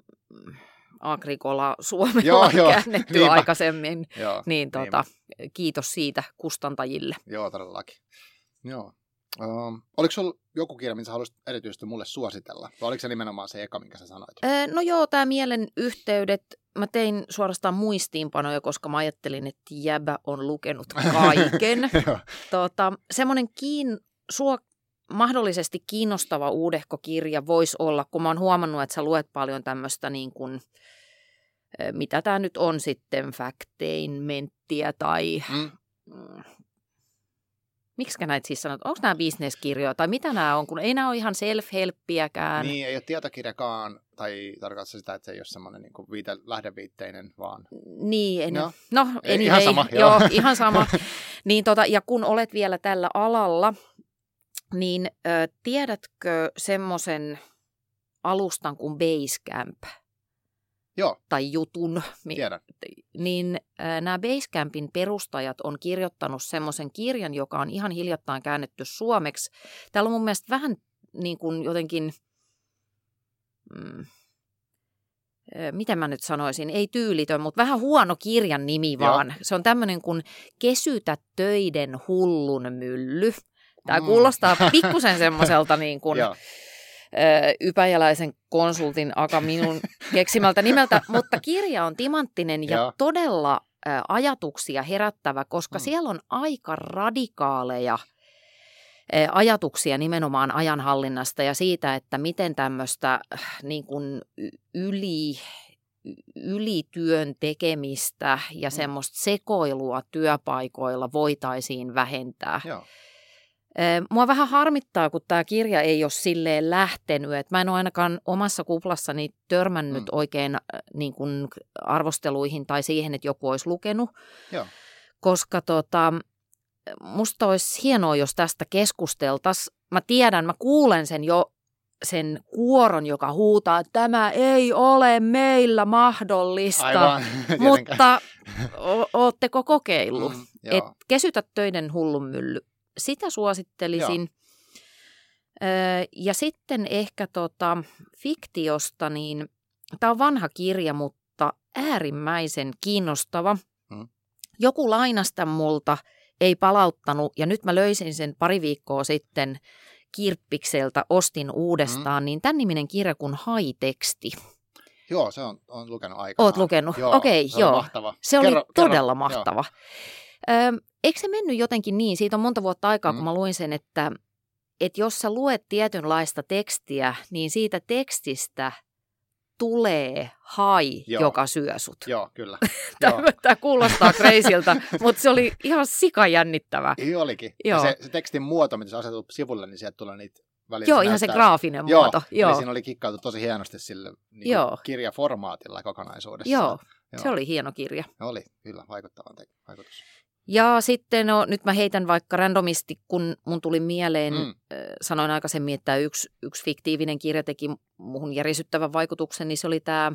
Agricola-suomella käännetty aikaisemmin. Niin kiitos siitä kustantajille. Joo, todellakin. Joo. Oliko sulla joku kirja, mitä sä haluaisit erityisesti mulle suositella? Vai oliko se nimenomaan se eka, minkä sä sanoit? No joo, tämä Mielen yhteydet. Mä tein suorastaan muistiinpanoja, koska mä ajattelin, että jäbä on lukenut kaiken. Semmoinen sua mahdollisesti kiinnostava uudehko kirja voisi olla, kun mä oon huomannut, että sä luet paljon tämmöistä niin kuin, mitä tämä nyt on sitten, factainmenttiä tai... Miksikä näitä siis sanot? Onko nämä bisneskirjoja tai mitä nämä on, kun ei nämä ole ihan self-helppiäkään? Niin, ei ole tietokirjakaan, tai tarkoittaa sitä, että se ei ole semmoinen niin kuin lähdeviitteinen vaan. Niin, ihan sama. Joo, ihan sama. Niin, ja kun olet vielä tällä alalla, niin tiedätkö semmoisen alustan kuin Basecamp? Joo. Tai jutun. Tiedän. Niin nämä Basecampin perustajat on kirjoittanut semmoisen kirjan, joka on ihan hiljattain käännetty suomeksi. Täällä on mun mielestä vähän niin kuin jotenkin, miten mä nyt sanoisin, ei tyylitön, mutta vähän huono kirjan nimi vaan. Joo. Se on tämmöinen kuin Kesytä töiden hullun mylly. Tämä kuulostaa pikkusen semmoiselta niin kuin... ypäjäläisen konsultin aka minun keksimältä nimeltä, mutta kirja on timanttinen ja todella ajatuksia herättävä, koska siellä on aika radikaaleja ajatuksia nimenomaan ajanhallinnasta ja siitä, että miten tämmöistä niin kuin ylityön tekemistä ja semmoista sekoilua työpaikoilla voitaisiin vähentää. Joo. Mua vähän harmittaa, kun tämä kirja ei ole silleen lähtenyt. Et mä en ole ainakaan omassa kuplassani törmännyt oikein niin kuin arvosteluihin tai siihen, että joku olisi lukenut. Joo. Koska musta olisi hienoa, jos tästä keskusteltaisiin. Mä kuulen sen kuoron, joka huutaa, että tämä ei ole meillä mahdollista. Aivan, mutta ootteko kokeillut? Että Kesytä töiden hullun mylly. Sitä suosittelisin. Ja sitten ehkä fiktiosta, niin tämä on vanha kirja, mutta äärimmäisen kiinnostava. Joku lainasta multa, ei palauttanut, ja nyt mä löysin sen pari viikkoa sitten Kirppikseltä, ostin uudestaan, niin tämän niminen kirja kuin Haiteksti. Joo, se on lukenut aikanaan. Oot lukenut? Okei, se oli mahtava. Se oli todella mahtava. Eikö se mennyt jotenkin niin, siitä on monta vuotta aikaa, kun mä luin sen, että jos sä luet tietynlaista tekstiä, niin siitä tekstistä tulee joka syö sut. Joo, kyllä. Tämä kuulostaa crazyltä, mutta se oli ihan sikajännittävä. Olikin. Ja se tekstin muoto, mitä sä asetut sivulle, niin sieltä tulee niitä välillä. Joo, ihan se graafinen muoto. Joo. Eli siinä oli kikkailtu tosi hienosti sille niin kirjaformaatilla kokonaisuudessa. Joo. Se oli hieno kirja. Oli, kyllä, vaikuttava vaikutus. Ja sitten, nyt mä heitän vaikka randomisti, kun mun tuli mieleen, sanoin aikaisemmin, että yksi fiktiivinen kirja teki muhun järisyttävän vaikutuksen, niin se oli tämä,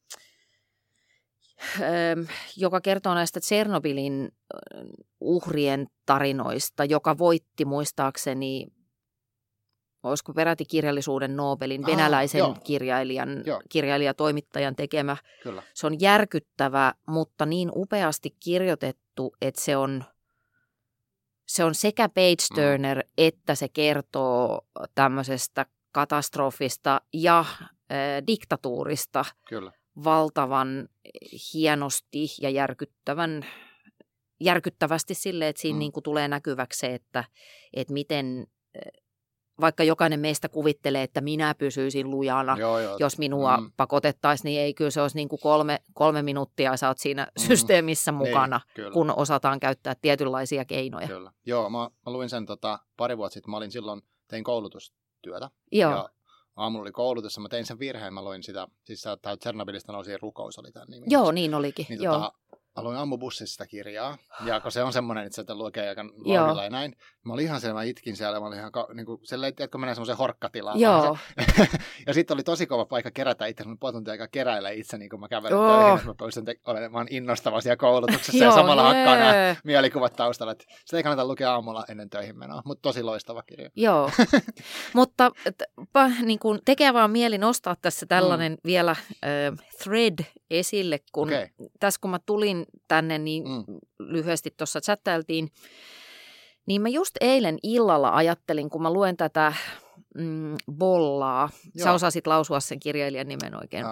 joka kertoo näistä Tšernobylin uhrien tarinoista, joka voitti muistaakseni, olisiko peräti kirjallisuuden Nobelin, venäläisen kirjailijatoimittajan tekemä. Kyllä. Se on järkyttävä, mutta niin upeasti kirjoitettu, että se on sekä page-turner, että se kertoo tämmöisestä katastrofista ja diktatuurista Kyllä. valtavan hienosti ja järkyttävästi silleen, että siinä niin kuin tulee näkyväksi se, että miten vaikka jokainen meistä kuvittelee, että minä pysyisin lujana, jos minua pakotettaisiin, niin ei, kyllä se olisi niin kuin 3 minuuttia, sä oot siinä systeemissä mukana, niin, kun osataan käyttää tietynlaisia keinoja. Kyllä. Joo, mä luin sen pari vuotta sitten, tein koulutustyötä. Joo. Ja aamulla oli koulutus, mä tein sen virheen, mä luin sitä, siis tämä Tšernobylistä nousi rukous oli tämän nimi. Joo, niin olikin. Niin, mä luin aamubussissa sitä kirjaa, ja kun se on semmoinen, että sieltä lukee aika vauhdilla ja näin. Mä olin ihan siellä, mä itkin siellä, mä olin ihan, niin kuin, että menee semmoiseen horkkatilaan. Joo. Ja sitten oli tosi kova paikka kerätä itse, mun puoli tuntia aikaa keräillä itse, niin kun mä kävelin töihin, että mä pystyn olemaan innostava siellä koulutuksessa ja samalla hakkaa nämä mielikuvat taustalla. Että sitä ei kannata lukea aamulla ennen töihin menoa, mutta tosi loistava kirja. Joo, mutta niin kun tekee vaan mieli nostaa tässä tällainen vielä thread esille, kun tässä kun mä tulin tänne, niin lyhyesti tuossa chattailtiin, niin mä just eilen illalla ajattelin, kun mä luen tätä Bollaa. Joo. Sä osasit lausua sen kirjailijan nimen oikein.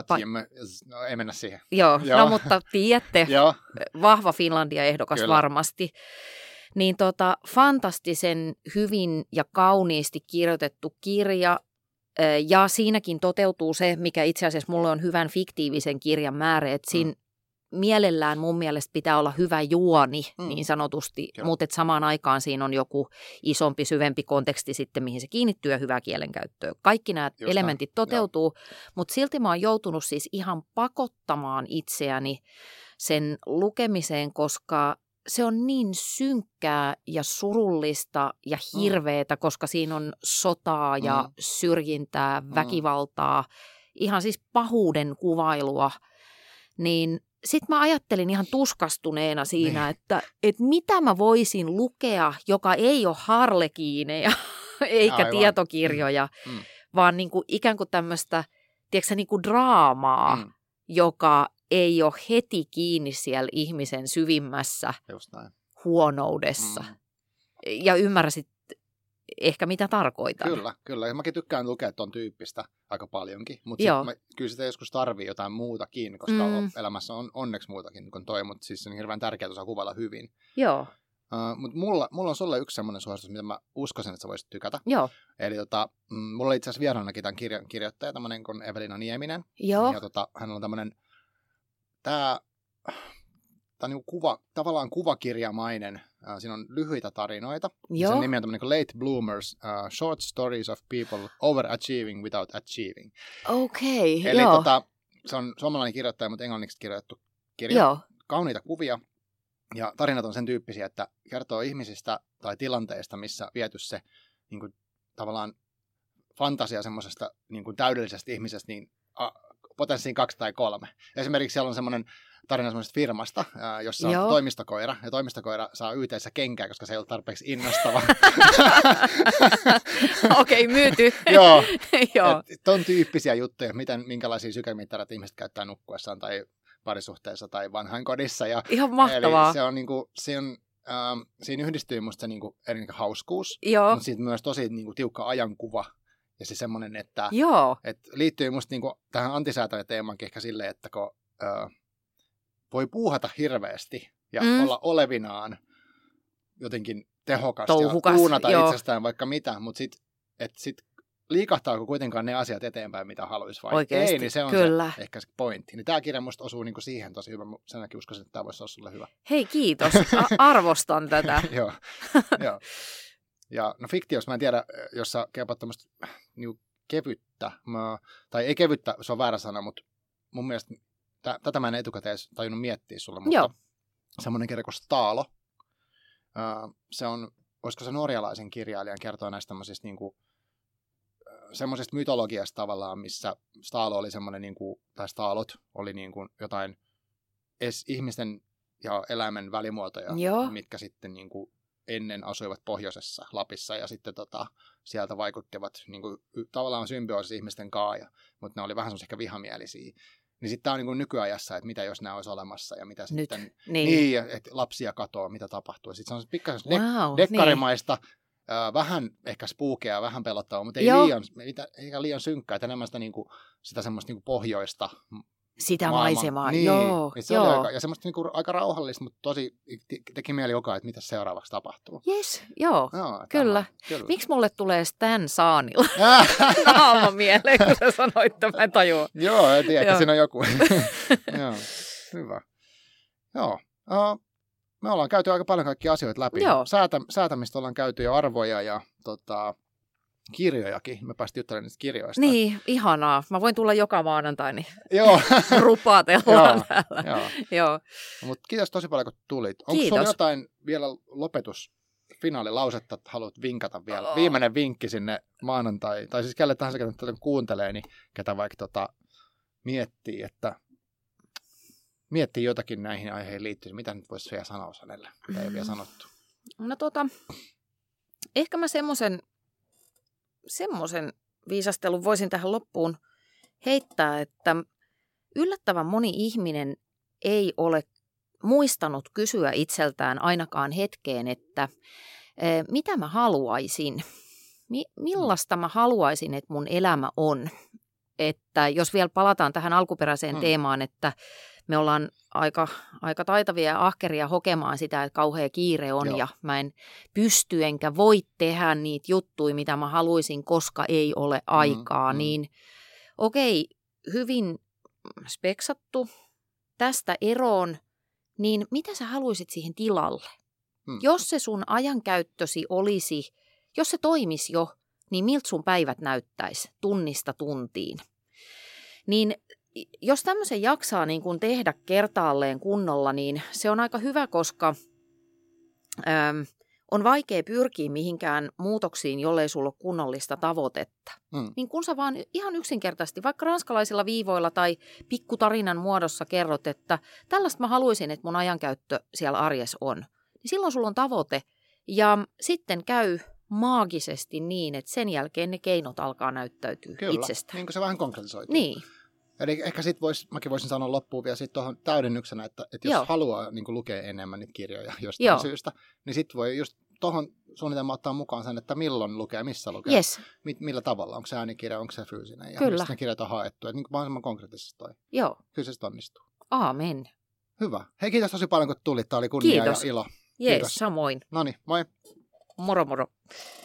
Ei mennä siihen. Joo. No mutta tiedätte, vahva Finlandia-ehdokas varmasti. Niin fantastisen hyvin ja kauniisti kirjoitettu kirja. Ja siinäkin toteutuu se, mikä itse asiassa mulle on hyvän fiktiivisen kirjan määrä, että siinä mielellään mun mielestä pitää olla hyvä juoni niin sanotusti, mutta samaan aikaan siinä on joku isompi, syvempi konteksti sitten, mihin se kiinnittyy ja hyvää kielenkäyttöä. Kaikki nämä elementit toteutuu, mutta silti mä oon joutunut siis ihan pakottamaan itseäni sen lukemiseen, koska se on niin synkkää ja surullista ja hirveetä, koska siinä on sotaa ja syrjintää, väkivaltaa, ihan siis pahuuden kuvailua, niin sitten mä ajattelin ihan tuskastuneena siinä, että mitä mä voisin lukea, joka ei ole harlekiineja eikä tietokirjoja, vaan niin kuin ikään kuin tämmöistä, tiedätkö, niin kuin draamaa, joka ei ole heti kiinni siellä ihmisen syvimmässä huonoudessa. Ja ymmärräsit ehkä mitä tarkoitan. Kyllä. Ja mäkin tykkään lukea ton tyyppistä aika paljonkin, mutta kyllä sitä joskus tarvii jotain muutakin, koska elämässä on onneksi muutakin kuin toi, mutta siis on hirveän tärkeää osaa kuvailla hyvin. Joo. Mutta mulla on sulle yksi semmoinen suositus, mitä mä uskoisin, että sä voisit tykätä. Joo. Eli mulla oli itse asiassa vieraanakin tämän kirjan kirjoittaja, tämmöinen kuin Evelina Nieminen. Joo. Ja hänellä on tämmöinen, tämä on niin tavallaan kuvakirjamainen. Siinä on lyhyitä tarinoita. Sen nimi on tämmöinen kuin Late Bloomers, Short Stories of People Overachieving Without Achieving. Okei, Eli se on suomalainen kirjoittaja, mutta englanniksi kirjoitettu kirja. Joo. Kauniita kuvia. Ja tarinat on sen tyyppisiä, että kertoo ihmisistä tai tilanteista, missä viety se niin kuin, tavallaan fantasia semmoisesta niin kuin täydellisestä ihmisestä, niin potenssiin 2 tai 3. Esimerkiksi siellä on semmoinen tarina semmoisesta firmasta, jossa on toimistokoira, ja toimistokoira saa YT:ssä kenkää, koska se ei ole tarpeeksi innostava. Okei, myyty. Joo. Ton tyyppisiä juttuja, minkälaisia sykemittareita ihmiset käyttää nukkuessaan tai parisuhteessa tai vanhainkodissa. Ja, ihan mahtavaa. Eli se on niinku, siinä yhdistyy musta se niinku eri hauskuus, mutta siitä myös tosi niinku tiukka ajankuva. Ja se semmoinen, että liittyy musta niinku tähän antisäätäjäteemankin ehkä silleen, että kun voi puuhata hirveästi ja olla olevinaan jotenkin tehokasta ja tuunata itsestään vaikka mitä, mutta sit liikahtaako kuitenkaan ne asiat eteenpäin, mitä haluaisi vai oikeasti, ei, niin se on se, ehkä se pointti. Niin tämä kirja musta osuu niinku siihen tosi hyvä, sen takia uskoisin, että tämä voisi olla sulle hyvä. Hei, kiitos. Arvostan tätä. Joo. Ja no fiktiossa mä en tiedä, jos sä kepaat tämmöistä niin kevyttä, tai ei kevyttä, se on väärä sana, mutta mun mielestä tätä mä en etukäteen tajunnut miettiä sulle, mutta semmoinen kirja kuin Staalo. Se on, olisiko se norjalaisen kirjailijan kertoo näistä tämmöisistä niinku, semmoisesta mytologiasta tavallaan, missä Staalo oli semmoinen, niinku, tai Staalot oli niinku jotain ihmisten ja eläimen välimuotoja, mitkä sitten niinku ennen asuivat pohjoisessa Lapissa ja sitten sieltä vaikuttivat niinku, tavallaan symbioosissa ihmisten kanssa, mutta ne oli vähän semmoisia ehkä vihamielisiä. Niin sitten tämä on niinku nykyajassa, että mitä jos nämä olisi olemassa ja mitä nyt. Sitten, niin että lapsia katoaa, mitä tapahtuu. Sitten se on pikkasen dekkarimaista, vähän ehkä spookia, vähän pelottavaa, mutta ei liian synkkää, että enemmän sitä, niinku, sitä semmoista niinku pohjoista sitä maisemaa, niin, joo. Se oli ja semmoista niinku aika rauhallista, mutta tosi teki mieli joka, että mitä seuraavaksi tapahtuu. Jes, joo, kyllä. Miksi mulle tulee Stan Saanilla naama mieleen, kun sä sanoit, että mä en tajua. Joo, en tiedä, että siinä on joku. Joo, hyvä. Joo, me ollaan käyty aika paljon kaikkia asioita läpi. Säätämistä ollaan käyty jo arvoja ja kirjojakin. Me päästiin juttelemaan niistä kirjoista. Niin, ihanaa. Mä voin tulla joka maanantai, niin rupaatellaan täällä. Joo. Mutta kiitos tosi paljon, kun tulit. Onko sulla jotain vielä finaalilausetta, että haluat vinkata vielä? Viimeinen vinkki sinne maanantai, tai siis kelle tahansa, ketä kuuntelee, niin ketä vaikka miettii jotakin näihin aiheihin liittyen. Mitä nyt voisi vielä sanoa hänelle? Mitä ei vielä sanottu? No ehkä mä semmoisen viisastelun voisin tähän loppuun heittää, että yllättävän moni ihminen ei ole muistanut kysyä itseltään ainakaan hetkeen, että mitä mä haluaisin, millaista mä haluaisin, että mun elämä on. Että jos vielä palataan tähän alkuperäiseen teemaan, että me ollaan aika taitavia ja ahkeria hokemaan sitä, että kauhea kiire on ja mä en pysty enkä voi tehdä niitä juttuja, mitä mä haluaisin, koska ei ole aikaa. Niin okei, hyvin speksattu tästä eroon, niin mitä sä haluaisit siihen tilalle? Jos se sun ajankäyttösi olisi, jos se toimisi jo, niin miltä sun päivät näyttäisi tunnista tuntiin? Niin jos tämmöisen jaksaa niin kun tehdä kertaalleen kunnolla, niin se on aika hyvä, koska on vaikea pyrkiä mihinkään muutoksiin, jollei sulla ole kunnollista tavoitetta. Niin kun sä vaan ihan yksinkertaisesti, vaikka ranskalaisilla viivoilla tai pikkutarinan muodossa kerrot, että tällaista mä haluaisin, että mun ajankäyttö siellä arjessa on, niin silloin sulla on tavoite ja sitten käy maagisesti niin, että sen jälkeen ne keinot alkaa näyttäytyä itsestään. Niin kuin se vähän konkretisoituu. Niin. Eli ehkä mäkin voisin sanoa loppuun vielä tuohon täydennyksenä, että jos haluaa niin kuin lukea enemmän niitä kirjoja jostain syystä, niin sitten voi just tuohon suunnitelmaan ottaa mukaan sen, että milloin lukee, missä lukee, millä tavalla, onko se äänikirja, onko se fyysinen ja mistä ne kirjat on haettu. Että niin kuin mahdollisimman konkreettisesti toi. Joo. Kyllä se onnistuu. Aamen. Hyvä. Hei, kiitos tosi paljon, kun tulit. Tämä oli kunnia ja ilo. Jees, samoin. Noniin, moi. Moro moro.